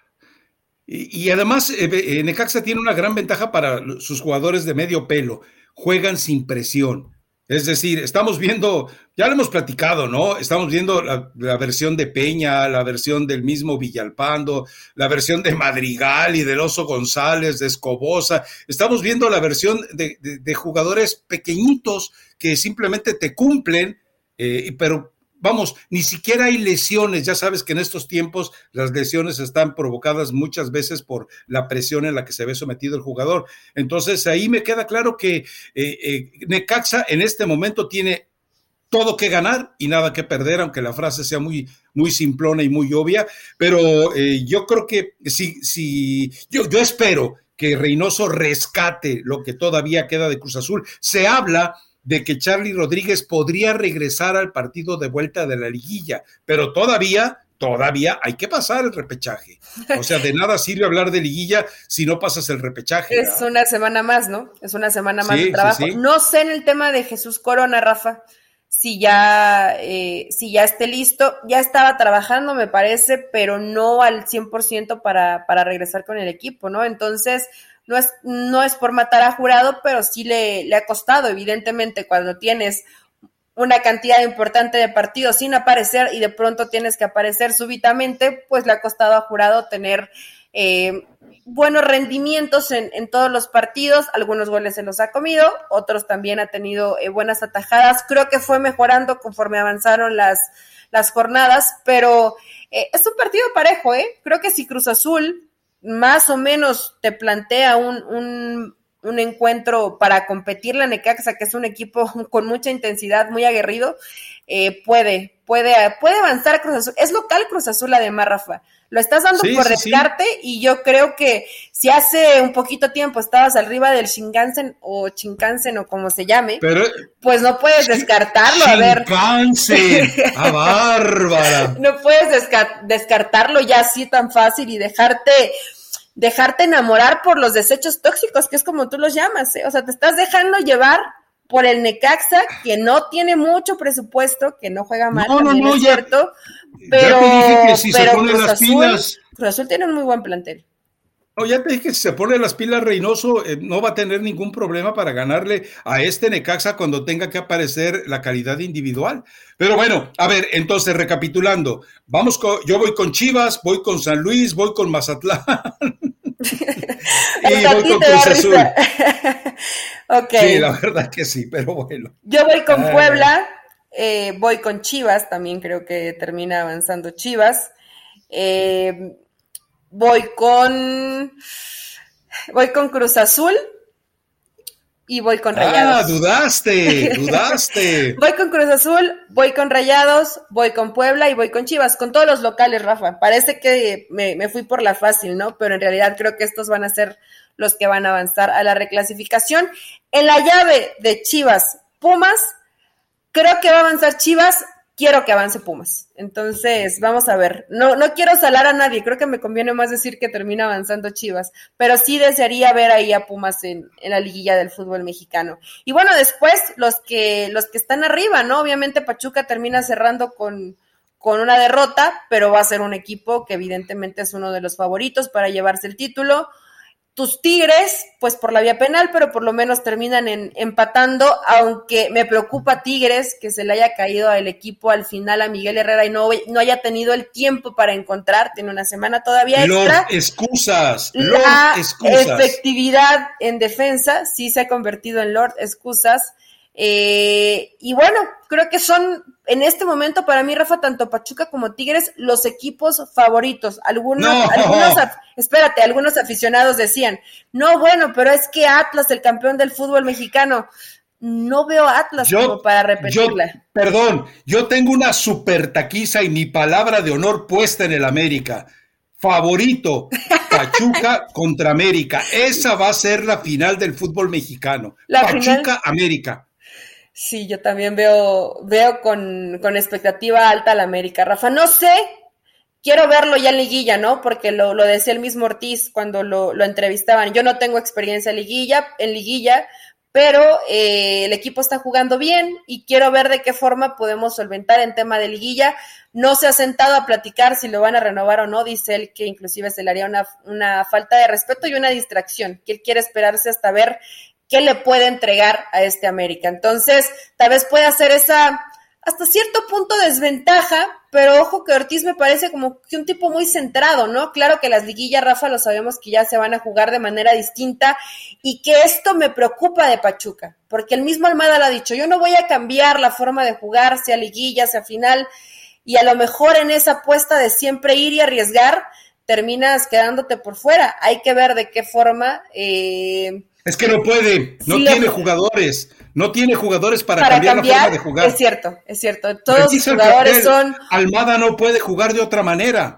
Y además, Necaxa tiene una gran ventaja para sus jugadores de medio pelo. Juegan sin presión. Es decir, estamos viendo, ya lo hemos platicado, ¿no? Estamos viendo la versión de Peña, la versión del mismo Villalpando, la versión de Madrigal y del Oso González, de Escobosa. Estamos viendo la versión de jugadores pequeñitos que simplemente te cumplen, pero vamos, ni siquiera hay lesiones. Ya sabes que en estos tiempos las lesiones están provocadas muchas veces por la presión en la que se ve sometido el jugador. Entonces ahí me queda claro que Necaxa en este momento tiene todo que ganar y nada que perder, aunque la frase sea muy, muy simplona y muy obvia, pero yo creo que yo espero que Reynoso rescate lo que todavía queda de Cruz Azul. Se habla de que Charly Rodríguez podría regresar al partido de vuelta de la liguilla, pero todavía hay que pasar el repechaje. O sea, de nada sirve hablar de liguilla si no pasas el repechaje. Es una semana más, ¿no? Es una semana más de trabajo. Sí. No sé en el tema de Jesús Corona, Rafa, si ya esté listo. Ya estaba trabajando, me parece, pero no al 100% para regresar con el equipo, ¿no? Entonces, no es por matar a Jurado, pero sí le ha costado, evidentemente, cuando tienes una cantidad importante de partidos sin aparecer y de pronto tienes que aparecer súbitamente, pues le ha costado a Jurado tener buenos rendimientos en todos los partidos. Algunos goles se los ha comido, otros también ha tenido buenas atajadas. Creo que fue mejorando conforme avanzaron las jornadas, pero es un partido parejo, ¿eh? Creo que si Cruz Azul más o menos te plantea un encuentro para competir la Necaxa, que es un equipo con mucha intensidad, muy aguerrido, puede avanzar Cruz Azul. Es local Cruz Azul además, Rafa. Lo estás dando por descarte, y yo creo que si hace un poquito tiempo estabas arriba del Shinkansen o como se llame, pero, pues no puedes descartarlo. Shinkansen, ¡a bárbara! No puedes descartarlo ya así tan fácil y dejarte enamorar por los desechos tóxicos, que es como tú los llamas, ¿eh? O sea, te estás dejando llevar por el Necaxa, que no tiene mucho presupuesto, que no juega mal, es cierto, pero Cruz Azul tiene un muy buen plantel. No, ya te dije que si se pone las pilas Reynoso, no va a tener ningún problema para ganarle a este Necaxa cuando tenga que aparecer la calidad individual. Pero bueno, a ver, entonces recapitulando, yo voy con Chivas, voy con San Luis, voy con Mazatlán y voy con Cruz Azul. Okay. Sí, la verdad que sí, pero bueno. Yo voy con Puebla, voy con Chivas, también creo que termina avanzando Chivas. Voy con Cruz Azul y voy con Rayados. Dudaste. Voy con Cruz Azul, voy con Rayados, voy con Puebla y voy con Chivas, con todos los locales, Rafa. Parece que me fui por la fácil, ¿no? Pero en realidad creo que estos van a ser los que van a avanzar a la reclasificación. En la llave de Chivas, Pumas, creo que va a avanzar Chivas. Quiero que avance Pumas. Entonces, vamos a ver. No quiero salar a nadie. Creo que me conviene más decir que termina avanzando Chivas. Pero sí desearía ver ahí a Pumas en la liguilla del fútbol mexicano. Y bueno, después, los que están arriba, ¿no? Obviamente Pachuca termina cerrando con una derrota, pero va a ser un equipo que evidentemente es uno de los favoritos para llevarse el título. tus Tigres, pues por la vía penal, pero por lo menos terminan empatando, aunque me preocupa Tigres, que se le haya caído al equipo al final a Miguel Herrera y no haya tenido el tiempo para encontrar, tiene una semana todavía extra. Excusas. La efectividad en defensa sí se ha convertido en Lord Excusas. Y bueno, creo que son en este momento para mí, Rafa, tanto Pachuca como Tigres los equipos favoritos. Algunos aficionados decían, no, bueno, pero es que Atlas, el campeón del fútbol mexicano, no veo a Atlas como para repetirla. Yo tengo una super taquiza y mi palabra de honor puesta en el América. Favorito, Pachuca contra América. Esa va a ser la final del fútbol mexicano. Pachuca-América. Sí, yo también veo con expectativa alta a la América, Rafa. No sé, quiero verlo ya en liguilla, ¿no? Porque lo decía el mismo Ortiz cuando lo entrevistaban. Yo no tengo experiencia en liguilla, pero el equipo está jugando bien y quiero ver de qué forma podemos solventar en tema de liguilla. No se ha sentado a platicar si lo van a renovar o no, dice él que inclusive se le haría una falta de respeto y una distracción, que él quiere esperarse hasta ver qué le puede entregar a este América. Entonces, tal vez pueda hacer esa, hasta cierto punto, desventaja, pero ojo que Ortiz me parece como que un tipo muy centrado, ¿no? Claro que las liguillas, Rafa, lo sabemos que ya se van a jugar de manera distinta y que esto me preocupa de Pachuca, porque el mismo Almada lo ha dicho, yo no voy a cambiar la forma de jugar, sea liguilla, sea final, y a lo mejor en esa apuesta de siempre ir y arriesgar, terminas quedándote por fuera. Hay que ver de qué forma... Es que no puede, no tiene jugadores para cambiar la forma de jugar. Es cierto. Todos los jugadores son... Almada no puede jugar de otra manera.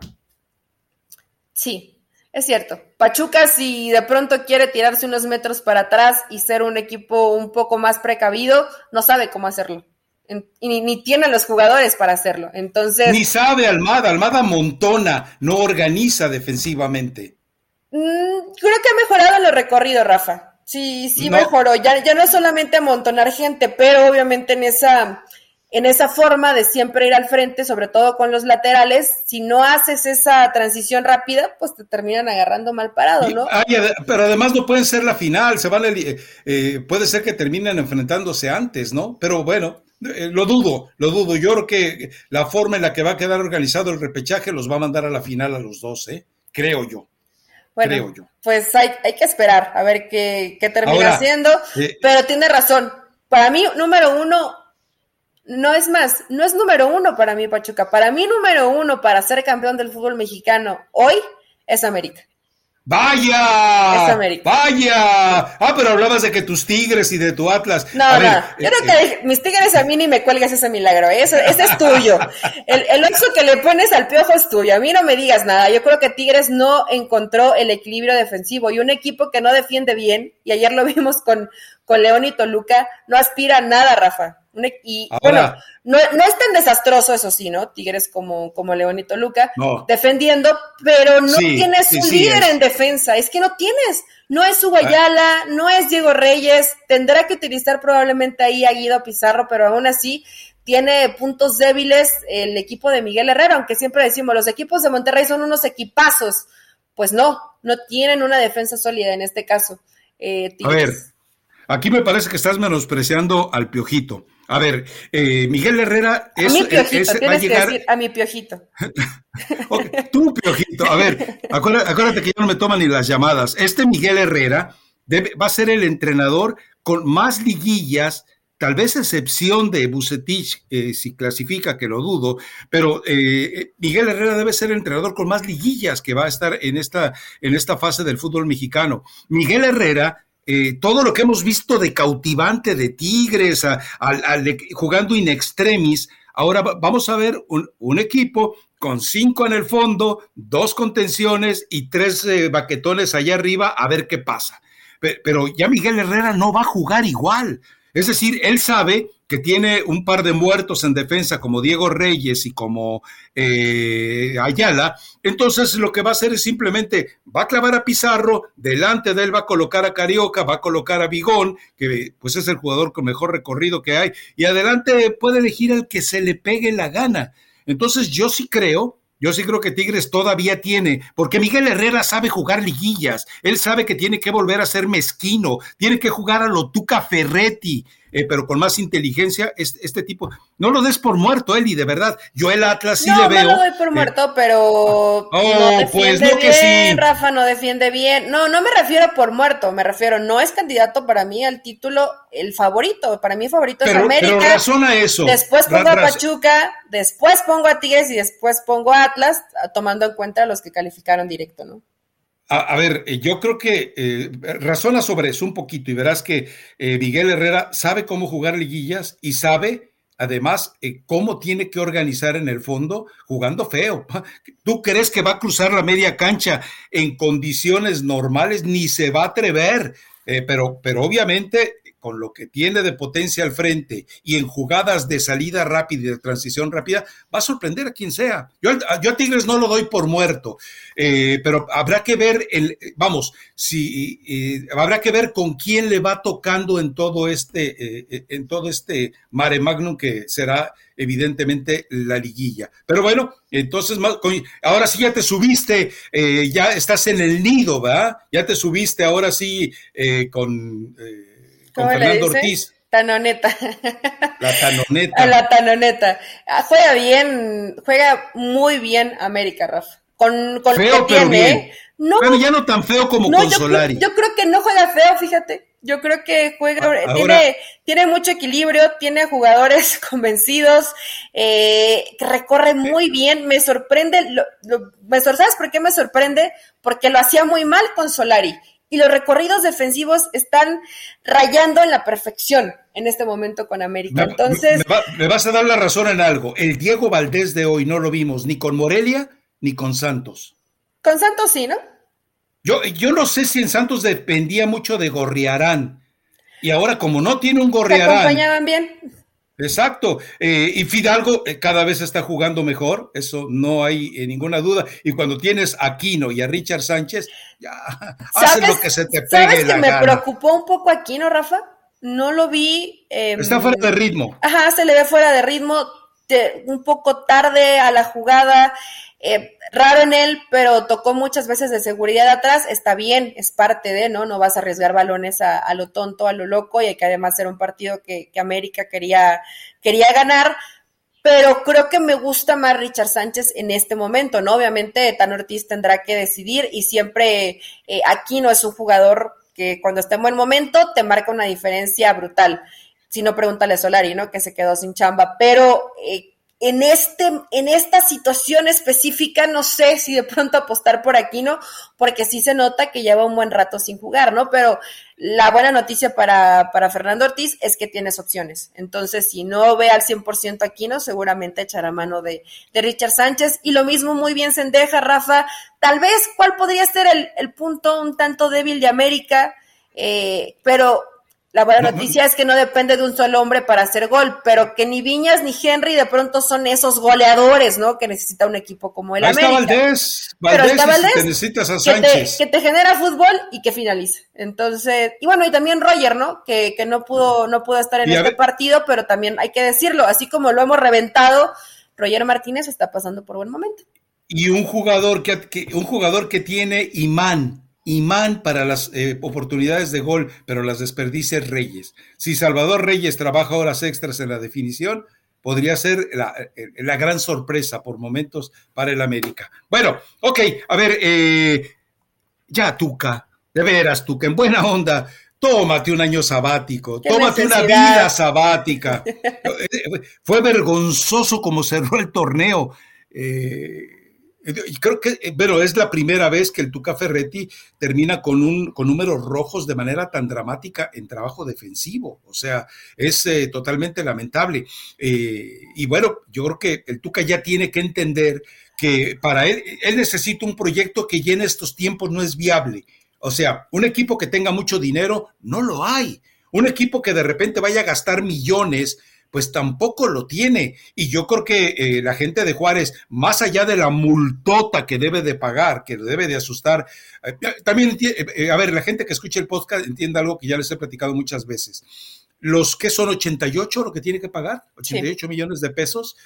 Sí, es cierto. Pachuca, si de pronto quiere tirarse unos metros para atrás y ser un equipo un poco más precavido, no sabe cómo hacerlo. Y ni tiene los jugadores para hacerlo. Entonces... Ni sabe Almada amontona, no organiza defensivamente. Creo que ha mejorado en los recorridos, Rafa. Sí, no. Mejoró. Ya no es solamente amontonar gente, pero obviamente en esa forma de siempre ir al frente, sobre todo con los laterales, si no haces esa transición rápida, pues te terminan agarrando mal parado, ¿no? Pero además no pueden ser la final, puede ser que terminen enfrentándose antes, ¿no? Pero bueno, lo dudo. Yo creo que la forma en la que va a quedar organizado el repechaje los va a mandar a la final a los dos, creo yo. Bueno, pues hay que esperar a ver qué termina haciendo, pero tiene razón. Para mí, número uno, no es número uno para mí, Pachuca. Para mí, número uno para ser campeón del fútbol mexicano hoy es América. ¡Vaya! Es América. ¡Vaya! Pero hablabas de que tus Tigres y de tu Atlas. No. Yo creo que mis Tigres a mí ni me cuelgues ese milagro. Ese es tuyo. El oxo que le pones al Piojo es tuyo. A mí no me digas nada. Yo creo que Tigres no encontró el equilibrio defensivo y un equipo que no defiende bien, y ayer lo vimos con León y Toluca, no aspira a nada, Rafa. Bueno, no es tan desastroso, eso sí, ¿no? Tigres como León y Toluca, defendiendo, pero no tienes un líder en defensa, es que no tienes, no es Uguayala, no es Diego Reyes, tendrá que utilizar probablemente ahí a Guido Pizarro, pero aún así tiene puntos débiles el equipo de Miguel Herrera, aunque siempre decimos, los equipos de Monterrey son unos equipazos, pues no tienen una defensa sólida en este caso. Tigres. A ver, aquí me parece que estás menospreciando al Piojito. A ver, Miguel Herrera es... A mi Piojito, tienes que decir a mi Piojito. Okay, tú, Piojito, a ver, acuérdate que ya no me toman ni las llamadas. Miguel Herrera va a ser el entrenador con más liguillas, tal vez excepción de Vucetich, si clasifica, que lo dudo, pero Miguel Herrera debe ser el entrenador con más liguillas que va a estar en esta fase del fútbol mexicano. Miguel Herrera... todo lo que hemos visto de cautivante de Tigres, jugando in extremis, ahora vamos a ver un equipo con 5 en el fondo, 2 contenciones y 3 baquetones allá arriba, a ver qué pasa. Pero ya Miguel Herrera no va a jugar igual. Es decir, él sabe que tiene un par de muertos en defensa como Diego Reyes y como Ayala, entonces lo que va a hacer es simplemente, va a clavar a Pizarro, delante de él va a colocar a Carioca, va a colocar a Vigón, que pues es el jugador con mejor recorrido que hay, y adelante puede elegir al que se le pegue la gana. Entonces yo sí creo Yo sí creo que Tigres todavía tiene, porque Miguel Herrera sabe jugar liguillas, él sabe que tiene que volver a ser mezquino, tiene que jugar a lo Tuca Ferretti, pero con más inteligencia, este tipo, no lo des por muerto, Eli, de verdad, yo el Atlas sí le veo. No lo doy por muerto, pero no defiende pues no bien, que sí. Rafa, no defiende bien, no me refiero por muerto, me refiero, no es candidato para mí al título, el favorito, para mí favorito es América. Pero razona eso. Después pongo a Pachuca, después pongo a Tigres y después pongo a Atlas, tomando en cuenta los que calificaron directo, ¿no? A ver, yo creo que razona sobre eso un poquito y verás que Miguel Herrera sabe cómo jugar liguillas y sabe, además, cómo tiene que organizar en el fondo jugando feo. ¿Tú crees que va a cruzar la media cancha en condiciones normales? Ni se va a atrever, pero obviamente con lo que tiene de potencia al frente y en jugadas de salida rápida y de transición rápida, va a sorprender a quien sea. Yo a Tigres no lo doy por muerto, pero habrá que ver, habrá que ver con quién le va tocando en todo este mare magnum que será evidentemente la liguilla. Pero bueno, entonces ahora sí ya te subiste, ya estás en el nido, ¿verdad? Ya te subiste ahora sí con Fernando Ortiz. Tanoneta. La Tanoneta. La Tanoneta. Juega muy bien América, Rafa. Con feo, lo que tiene. Bien. No, bueno, ya no tan feo como con Solari. Yo creo que no juega feo, fíjate. Yo creo que juega, tiene mucho equilibrio, tiene jugadores convencidos, que recorre muy bien. Me sorprende, ¿sabes por qué me sorprende? Porque lo hacía muy mal con Solari. Y los recorridos defensivos están rayando en la perfección en este momento con América. Entonces, me vas a dar la razón en algo. El Diego Valdés de hoy no lo vimos ni con Morelia ni con Santos. Con Santos sí, ¿no? Yo no sé si en Santos dependía mucho de Gorriarán. Y ahora, como no tiene un Gorriarán. ¿Se acompañaban bien? Exacto, y Fidalgo cada vez está jugando mejor, eso no hay ninguna duda, y cuando tienes a Aquino y a Richard Sánchez, ya haces lo que se te pegue la gana. ¿Sabes que me preocupó un poco Aquino, Rafa? No lo vi. Está fuera de ritmo. Ajá, se le ve fuera de ritmo, un poco tarde a la jugada, raro en él, pero tocó muchas veces de seguridad atrás, está bien, es parte de, ¿no? Vas a arriesgar balones a lo tonto, a lo loco, y hay que además ser un partido que América quería ganar, pero creo que me gusta más Richard Sánchez en este momento, ¿no? Obviamente Tan Ortiz tendrá que decidir, y siempre Aquino es un jugador que cuando está en buen momento te marca una diferencia brutal. Si no, pregúntale a Solari, ¿no? Que se quedó sin chamba, pero en esta situación específica no sé si de pronto apostar por Aquino, porque sí se nota que lleva un buen rato sin jugar, ¿no? Pero la buena noticia para Fernando Ortiz es que tienes opciones. Entonces, si no ve al 100% Aquino, seguramente echará mano de Richard Sánchez. Y lo mismo muy bien Cendejas, Rafa. Tal vez, ¿cuál podría ser el punto un tanto débil de América? Pero la buena noticia es que no depende de un solo hombre para hacer gol, pero que ni Viñas ni Henry de pronto son esos goleadores, ¿no? Que necesita un equipo como el América. Pero está Valdés, si te necesitas a Sánchez. Que te genera fútbol y que finaliza. Entonces, y bueno, y también Roger, ¿no? Que no pudo estar en este partido, pero también hay que decirlo, así como lo hemos reventado, Roger Martínez está pasando por buen momento. Y un jugador que tiene imán para las oportunidades de gol, pero las desperdicia Reyes. Si Salvador Reyes trabaja horas extras en la definición, podría ser la gran sorpresa por momentos para el América. Bueno, ok, a ver, ya Tuca, de veras Tuca, en buena onda, tómate un año sabático, tómate una vida sabática. Fue vergonzoso como cerró el torneo. Y creo que, bueno, es la primera vez que el Tuca Ferretti termina con números rojos de manera tan dramática en trabajo defensivo. O sea, es totalmente lamentable. Y bueno, yo creo que el Tuca ya tiene que entender que para él necesita un proyecto que ya en estos tiempos no es viable. O sea, un equipo que tenga mucho dinero, no lo hay. Un equipo que de repente vaya a gastar millones, pues tampoco lo tiene. Y yo creo que la gente de Juárez, más allá de la multota que debe de pagar, que lo debe de asustar, también, a ver, la gente que escucha el podcast entiende algo que ya les he platicado muchas veces. los que son 88 lo que tiene que pagar, 88 sí. millones de pesos,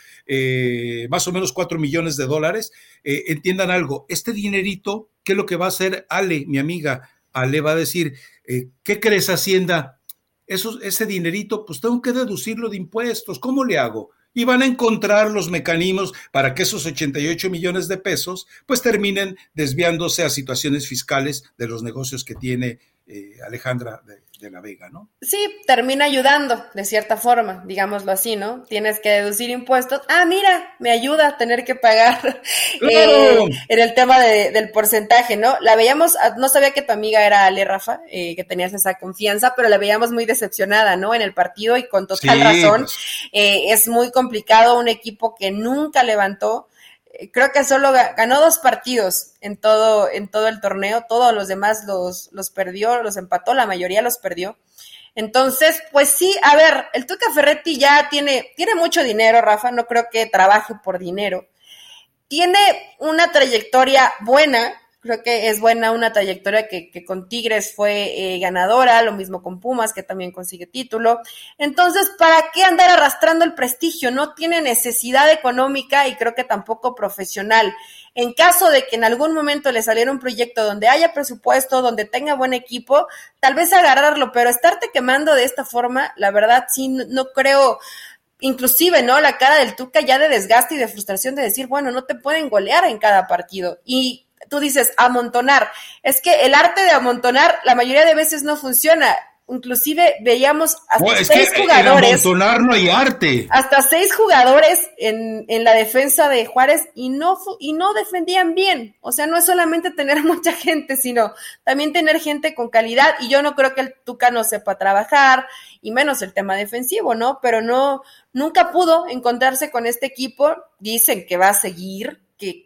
más o menos 4 millones de dólares. Entiendan algo, este dinerito, ¿qué es lo que va a hacer Ale, mi amiga? Ale va a decir, ¿qué crees, Hacienda? Ese dinerito, pues tengo que deducirlo de impuestos, ¿cómo le hago? Y van a encontrar los mecanismos para que esos 88 millones de pesos pues terminen desviándose a situaciones fiscales de los negocios que tiene Alejandra de la Vega, ¿no? Sí, termina ayudando de cierta forma, digámoslo así, ¿no? Tienes que deducir impuestos. Ah, mira, me ayuda a tener que pagar ¡Claro! en el tema del porcentaje, ¿no? La veíamos, no sabía que tu amiga era Ale, Rafa, que tenías esa confianza, pero la veíamos muy decepcionada, ¿no? En el partido y con total razón. Pues. Es muy complicado, un equipo que nunca levantó. Creo que solo ganó 2 partidos en todo el torneo, todos los demás los perdió, los empató, la mayoría los perdió. Entonces, pues sí, a ver, el Tuca Ferretti ya tiene mucho dinero, Rafa, no creo que trabaje por dinero. Tiene una trayectoria buena, creo que es buena una trayectoria que con Tigres fue ganadora, lo mismo con Pumas, que también consigue título. Entonces, ¿para qué andar arrastrando el prestigio? No tiene necesidad económica y creo que tampoco profesional. En caso de que en algún momento le saliera un proyecto donde haya presupuesto, donde tenga buen equipo, tal vez agarrarlo, pero estarte quemando de esta forma, la verdad sí, no creo. Inclusive, ¿no? La cara del Tuca ya de desgaste y de frustración de decir, bueno, no te pueden golear en cada partido. Y tú dices, amontonar. Es que el arte de amontonar la mayoría de veces no funciona. Inclusive veíamos hasta 6 jugadores. En amontonar no hay arte. Hasta 6 jugadores en la defensa de Juárez y no defendían bien. O sea, no es solamente tener mucha gente, sino también tener gente con calidad. Y yo no creo que el Tuca no sepa trabajar, y menos el tema defensivo, ¿no? Pero nunca pudo encontrarse con este equipo. Dicen que va a seguir,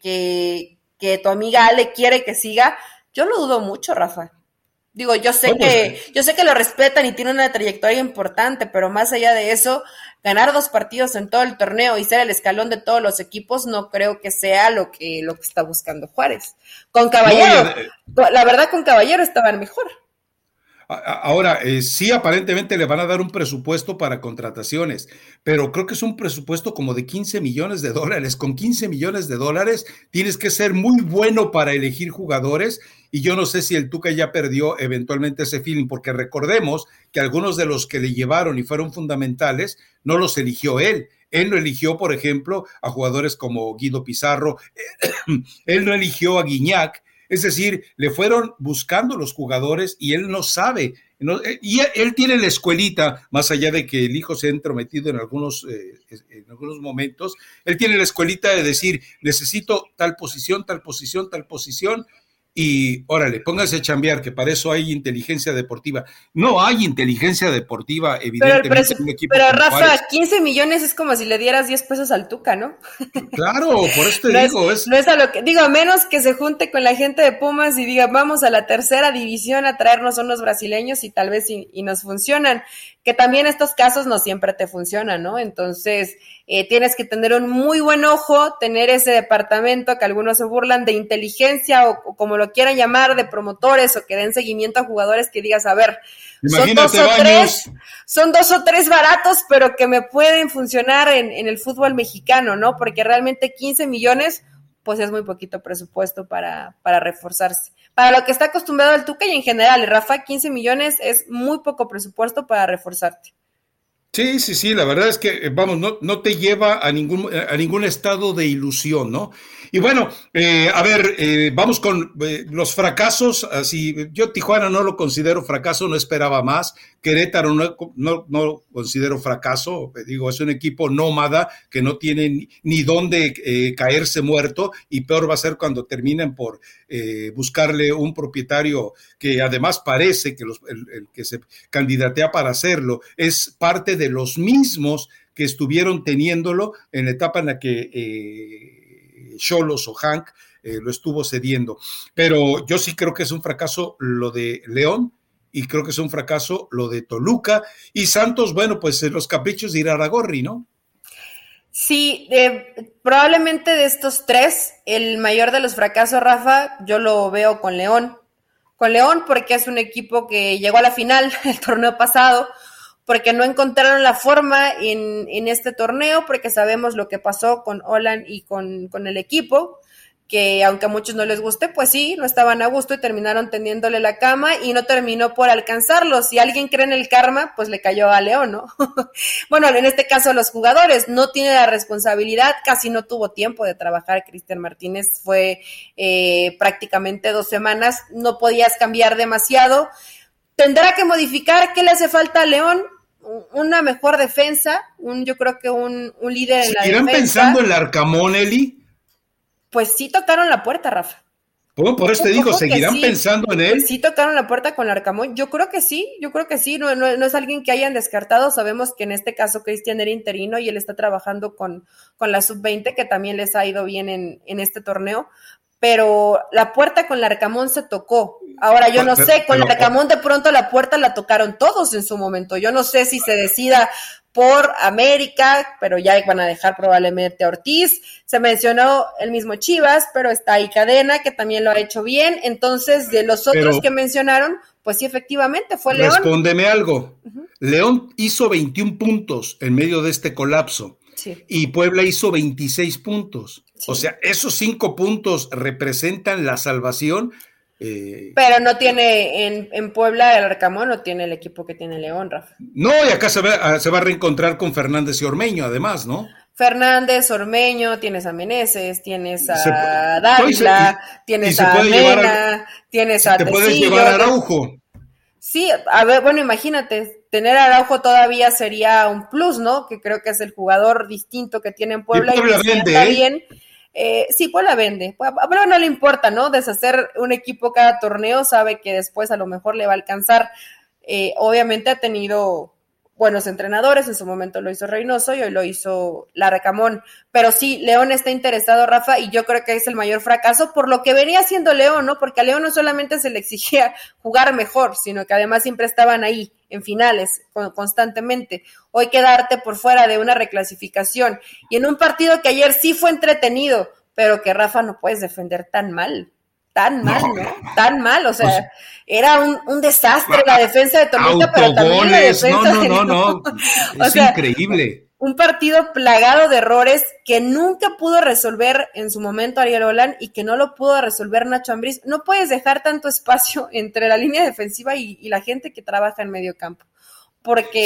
que tu amiga Ale quiere que siga. Yo lo dudo mucho, Rafa. Digo, yo sé que lo respetan y tiene una trayectoria importante, pero más allá de eso, ganar 2 partidos en todo el torneo y ser el escalón de todos los equipos, no creo que sea lo que está buscando Juárez. Con Caballero, la verdad, con Caballero estaban mejor. Ahora, sí, aparentemente le van a dar un presupuesto para contrataciones, pero creo que es un presupuesto como de 15 millones de dólares. Con 15 millones de dólares tienes que ser muy bueno para elegir jugadores, y yo no sé si el Tuca ya perdió eventualmente ese feeling, porque recordemos que algunos de los que le llevaron y fueron fundamentales no los eligió él. Él no eligió, por ejemplo, a jugadores como Guido Pizarro, él no eligió a Guiñac. Es decir, le fueron buscando los jugadores y él no sabe. Y él tiene la escuelita, más allá de que el hijo se ha entrometido en algunos momentos, él tiene la escuelita de decir, necesito tal posición, tal posición, tal posición, y órale, póngase a chambear, que para eso hay inteligencia deportiva. No hay inteligencia deportiva, evidentemente. Pero Rafa, Juárez. 15 millones es como si le dieras 10 pesos al Tuca, ¿no? Claro, por eso te digo. No es a lo que digo, a menos que se junte con la gente de Pumas y diga, vamos a la 3ª división a traernos unos brasileños y tal vez y nos funcionan. Que también estos casos no siempre te funcionan, ¿no? Entonces, tienes que tener un muy buen ojo, tener ese departamento que algunos se burlan de inteligencia o como lo quieran llamar, de promotores o que den seguimiento a jugadores que digas, a ver, son 2 o 3 baratos, pero que me pueden funcionar en el fútbol mexicano, ¿no? Porque realmente 15 millones, pues es muy poquito presupuesto para reforzarse. Para lo que está acostumbrado el Tuca y en general, Rafa, 15 millones es muy poco presupuesto para reforzarte. Sí, la verdad es que, vamos, no te lleva a ningún estado de ilusión, ¿no? Y bueno, a ver, vamos con los fracasos. Así, yo Tijuana no lo considero fracaso, no esperaba más. Querétaro no considero fracaso, digo, es un equipo nómada que no tiene ni dónde caerse muerto, y peor va a ser cuando terminen por buscarle un propietario que además parece que el que se candidatea para hacerlo es parte de los mismos que estuvieron teniéndolo en la etapa en la que Xolos o Hank lo estuvo cediendo. Pero yo sí creo que es un fracaso lo de León, y creo que es un fracaso lo de Toluca, y Santos, bueno, pues los caprichos de Irarrágorri, ¿no? Sí, probablemente de estos 3, el mayor de los fracasos, Rafa, yo lo veo con León. Con León porque es un equipo que llegó a la final el torneo pasado, porque no encontraron la forma en este torneo, porque sabemos lo que pasó con Holland y con el equipo, que aunque a muchos no les guste, pues sí, no estaban a gusto y terminaron tendiéndole la cama y no terminó por alcanzarlo. Si alguien cree en el karma, pues le cayó a León, ¿no? Bueno, en este caso los jugadores, no tiene la responsabilidad, casi no tuvo tiempo de trabajar Cristian Martínez, fue prácticamente 2 semanas, no podías cambiar demasiado. Tendrá que modificar. ¿Qué le hace falta a León? Una mejor defensa, yo creo que un líder en la defensa. ¿Seguirán pensando en Larcamón, Eli? Pues sí tocaron la puerta, Rafa. Bueno, por eso te digo, ¿seguirán pensando en él? Pues sí tocaron la puerta con Larcamón. Yo creo que sí, no es alguien que hayan descartado. Sabemos que en este caso Cristian era interino y él está trabajando con la sub-20, que también les ha ido bien en este torneo. Pero la puerta con Larcamón se tocó. Ahora, yo no sé, con Larcamón de pronto la puerta la tocaron todos en su momento. Yo no sé si se decida por América, pero ya van a dejar probablemente a Ortiz. Se mencionó el mismo Chivas, pero está ahí Cadena, que también lo ha hecho bien. Entonces, de los otros que mencionaron, pues sí, efectivamente, fue León. Respóndeme algo. León hizo 21 puntos en medio de este colapso. Sí. Y Puebla hizo 26 puntos. Sí. O sea, esos 5 puntos representan la salvación. Pero no tiene en Puebla el Arcamón, no tiene el equipo que tiene León, Rafa. No, y acá se va a reencontrar con Fernández y Ormeño, además, ¿no? Fernández, Ormeño, tienes a Meneses, tienes a Dávila, tienes a Mena, tienes a Tecillo. Te puedes llevar a Araujo. Sí, a ver, bueno, imagínate, tener a Araujo todavía sería un plus, ¿no? Que creo que es el jugador distinto que tiene en Puebla. Y Puebla vende, bien. Sí, Puebla vende. A Puebla no le importa, ¿no? Deshacer un equipo cada torneo, sabe que después a lo mejor le va a alcanzar. Obviamente ha tenido buenos entrenadores, en su momento lo hizo Reynoso y hoy lo hizo Larcamón, pero sí, León está interesado, Rafa, y yo creo que es el mayor fracaso por lo que venía haciendo León, ¿no? Porque a León no solamente se le exigía jugar mejor, sino que además siempre estaban ahí, en finales, constantemente. Hoy quedarte por fuera de una reclasificación, y en un partido que ayer sí fue entretenido, pero que, Rafa, no puedes defender tan mal, ¿no? Tan mal, o sea, era un desastre la defensa de Toluca, pero también la defensa no, es increíble. Un partido plagado de errores que nunca pudo resolver en su momento Ariel Holland y que no lo pudo resolver Nacho Ambriz. No puedes dejar tanto espacio entre la línea defensiva y la gente que trabaja en medio campo, porque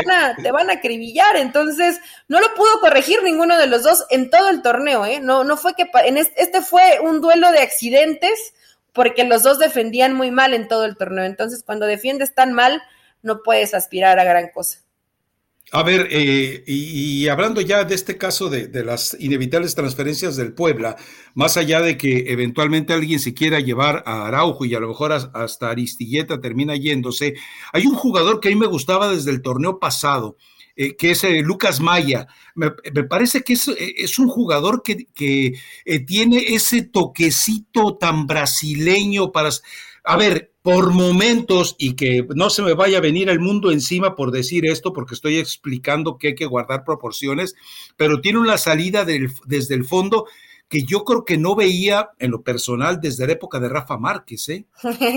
te van a acribillar. Entonces no lo pudo corregir ninguno de los dos en todo el torneo, no fue que este fue un duelo de accidentes, porque los dos defendían muy mal en todo el torneo. Entonces cuando defiendes tan mal no puedes aspirar a gran cosa. A ver, y hablando ya de este caso de las inevitables transferencias del Puebla, más allá de que eventualmente alguien se quiera llevar a Araujo y a lo mejor hasta Aristilleta termina yéndose, hay un jugador que a mí me gustaba desde el torneo pasado, que es Lucas Maya. Me parece que es un jugador que tiene ese toquecito tan brasileño para... A ver, por momentos, y que no se me vaya a venir el mundo encima por decir esto, porque estoy explicando que hay que guardar proporciones, pero tiene una salida desde el fondo que yo creo que no veía en lo personal desde la época de Rafa Márquez, ¿eh?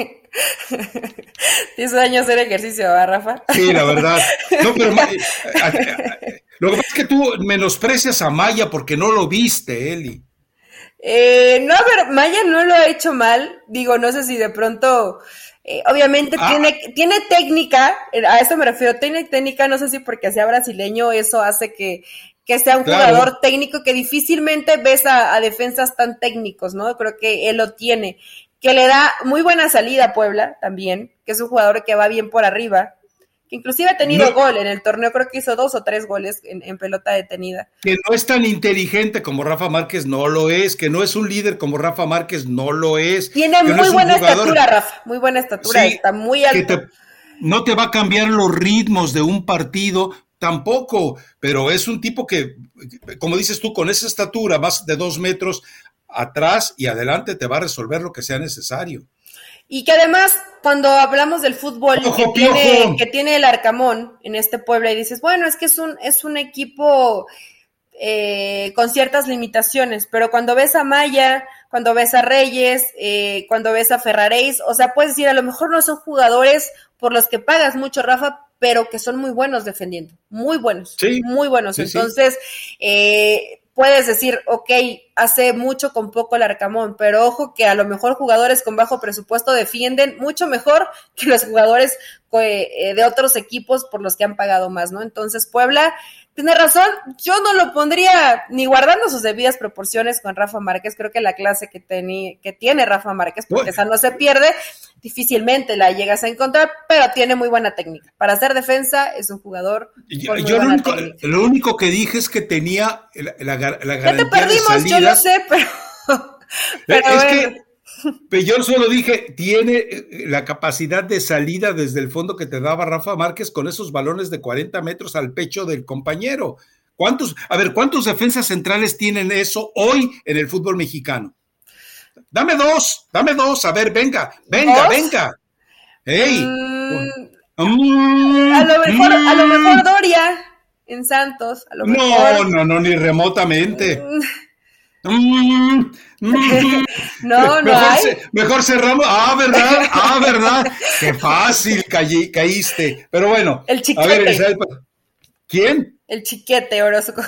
10 años hacer ejercicio, ¿verdad, Rafa? Sí, la verdad. No, pero lo que pasa es que tú menosprecias a Maya porque no lo viste, Eli. No, a ver, Maya no lo ha hecho mal, digo, no sé si de pronto, obviamente tiene técnica, a eso me refiero, tiene técnica, no sé si porque sea brasileño eso hace que sea un jugador técnico, que difícilmente ves a defensas tan técnicos, ¿no? Creo que él lo tiene, que le da muy buena salida a Puebla también, que es un jugador que va bien por arriba, que inclusive ha tenido gol en el torneo, creo que hizo 2 o 3 goles en pelota detenida. Que no es tan inteligente como Rafa Márquez, no lo es, que no es un líder como Rafa Márquez, no lo es. Tiene muy buena estatura, Rafa, muy buena estatura, sí, está muy alto. No te va a cambiar los ritmos de un partido, tampoco, pero es un tipo que, como dices tú, con esa estatura, más de 2 metros, atrás y adelante te va a resolver lo que sea necesario. Y que además, cuando hablamos del fútbol que tiene el Arcamón en este Puebla, y dices, bueno, es que es un equipo con ciertas limitaciones, pero cuando ves a Maya, cuando ves a Reyes, cuando ves a Ferraréis, o sea, puedes decir, a lo mejor no son jugadores por los que pagas mucho, Rafa, pero que son muy buenos defendiendo, muy buenos, sí, muy buenos. Sí, entonces, puedes decir, ok, hace mucho con poco el Arcamón, pero ojo que a lo mejor jugadores con bajo presupuesto defienden mucho mejor que los jugadores de otros equipos por los que han pagado más, ¿no? Entonces, Puebla tiene razón, yo no lo pondría ni guardando sus debidas proporciones con Rafa Márquez. Creo que la clase que tiene Rafa Márquez, porque esa no se pierde, difícilmente la llegas a encontrar, pero tiene muy buena técnica. Para hacer defensa es un jugador con muy buena técnica. Lo único que dije es que tenía la garantía ya te perdimos, de salida. Yo lo sé, pero es que yo solo dije, tiene la capacidad de salida desde el fondo que te daba Rafa Márquez con esos balones de 40 metros al pecho del compañero. ¿Cuántos defensas centrales tienen eso hoy en el fútbol mexicano? Dame dos, a ver, venga. ¡Ey! A lo mejor Doria en Santos, a lo mejor. No, ni remotamente. Mejor cerramos. ¿Verdad? Qué fácil caíste. Pero bueno, el Chiquete. A ver, Isabel, ¿quién? El Chiquete Orozco.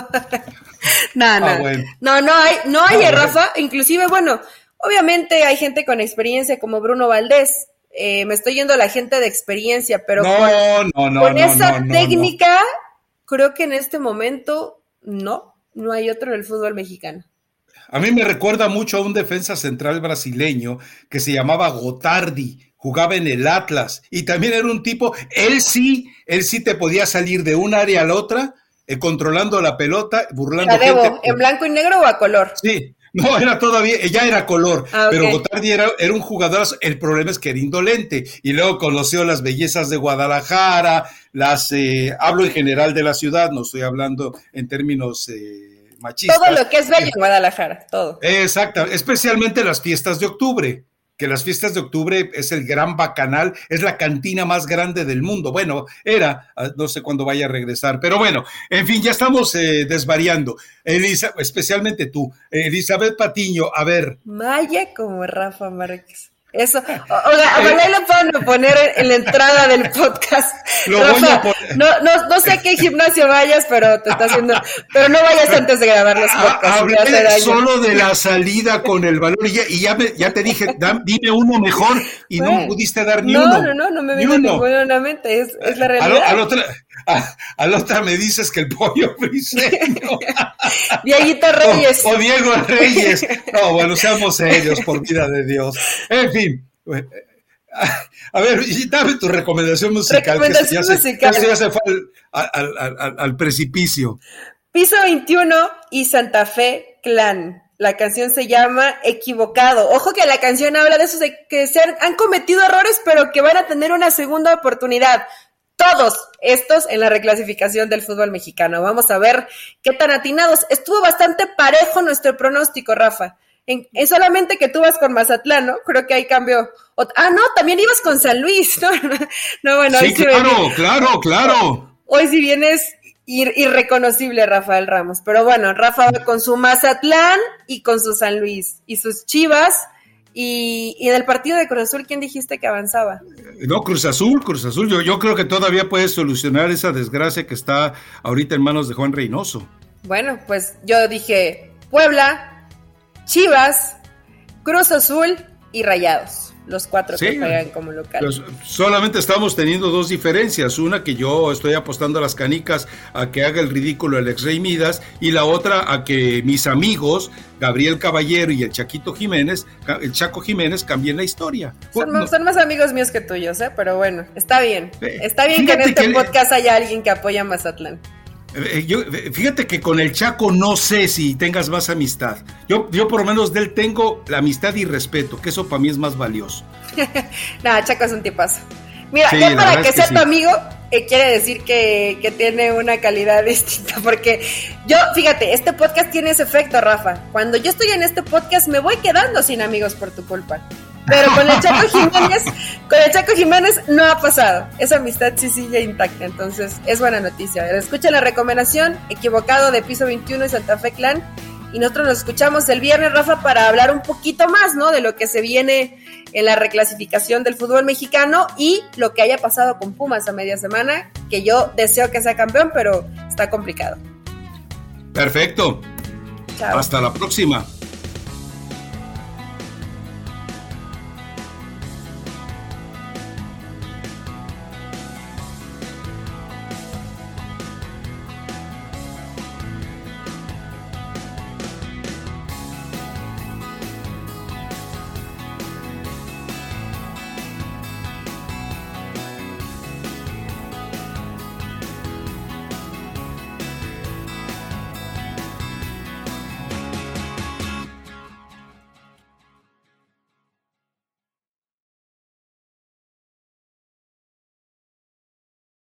Bueno. No hay, Rafa. Inclusive, bueno, obviamente hay gente con experiencia como Bruno Valdés. Me estoy yendo a la gente de experiencia, pero con esa técnica, creo que en este momento no hay otro en el fútbol mexicano. A mí me recuerda mucho a un defensa central brasileño que se llamaba Gotardi, jugaba en el Atlas y también era un tipo, él sí te podía salir de un área a la otra, controlando la pelota, burlando gente. ¿En blanco y negro o a color? Sí, no, ya era color, okay. Pero Gotardi era un jugadorazo. El problema es que era indolente y luego conoció las bellezas de Guadalajara, hablo en general de la ciudad, no estoy hablando en términos machistas. Todo lo que es bello en Guadalajara, todo. Exacto, especialmente las fiestas de octubre, que las fiestas de octubre es el gran bacanal, es la cantina más grande del mundo. Bueno, no sé cuándo vaya a regresar, pero bueno, en fin, ya estamos desvariando. Especialmente tú, Elizabeth Patiño, a ver. Maya como Rafa Márquez. Eso, ojalá lo puedan poner en la entrada del podcast. Rafa, no sé a qué gimnasio vayas, pero te está haciendo, pero no vayas antes de grabar los podcasts. Hablé solo de la salida con el balón y ya te dije, dime uno mejor y no pudiste dar ni uno. No me vino ninguno en la mente, es la realidad. Al otra me dices que el Pollo Briseño. Dieguito Reyes. O Diego Reyes. No, bueno, seamos serios, por vida de Dios. En fin. A ver, dame tu recomendación musical. Recomendación musical. Ya se fue al precipicio. Piso 21 y Santa Fe Clan. La canción se llama Equivocado. Ojo que la canción habla de esos de que han cometido errores, pero que van a tener una segunda oportunidad. Todos estos en la reclasificación del fútbol mexicano. Vamos a ver qué tan atinados. Estuvo bastante parejo nuestro pronóstico, Rafa. En solamente que tú vas con Mazatlán, ¿no? Creo que hay cambio. No, también ibas con San Luis, ¿no? No, bueno. Sí, claro. Hoy sí vienes irreconocible, Rafael Ramos. Pero bueno, Rafa va con su Mazatlán y con su San Luis y sus Chivas. Y en el partido de Cruz Azul, ¿quién dijiste que avanzaba? No, Cruz Azul. Yo creo que todavía puede solucionar esa desgracia que está ahorita en manos de Juan Reynoso. Bueno, pues yo dije Puebla, Chivas, Cruz Azul y Rayados. Los 4 que juegan como local. Solamente estamos teniendo 2 diferencias. Una, que yo estoy apostando a las canicas a que haga el ridículo el ex-Rey Midas, y la otra a que mis amigos Gabriel Caballero y el Chaco Jiménez cambien la historia. Son más amigos míos que tuyos, pero bueno, está bien. Está bien que en este podcast haya alguien que apoya a Mazatlán. Fíjate que con el Chaco no sé si tengas más amistad. Yo por lo menos de él tengo la amistad y respeto, que eso para mí es más valioso. Chaco es un tipazo. Mira, ya para que sea tu amigo, quiere decir que tiene una calidad distinta, porque fíjate, este podcast tiene ese efecto, Rafa. Cuando yo estoy en este podcast me voy quedando sin amigos por tu culpa. Pero con el Chaco Jiménez no ha pasado. Esa amistad sí sigue intacta, entonces es buena noticia. Escuchen la recomendación, Equivocado de Piso 21 y Santa Fe Clan, y nosotros nos escuchamos el viernes, Rafa, para hablar un poquito más, ¿no? De lo que se viene en la reclasificación del fútbol mexicano y lo que haya pasado con Pumas a media semana, que yo deseo que sea campeón, pero está complicado. Perfecto. Chao. Hasta la próxima.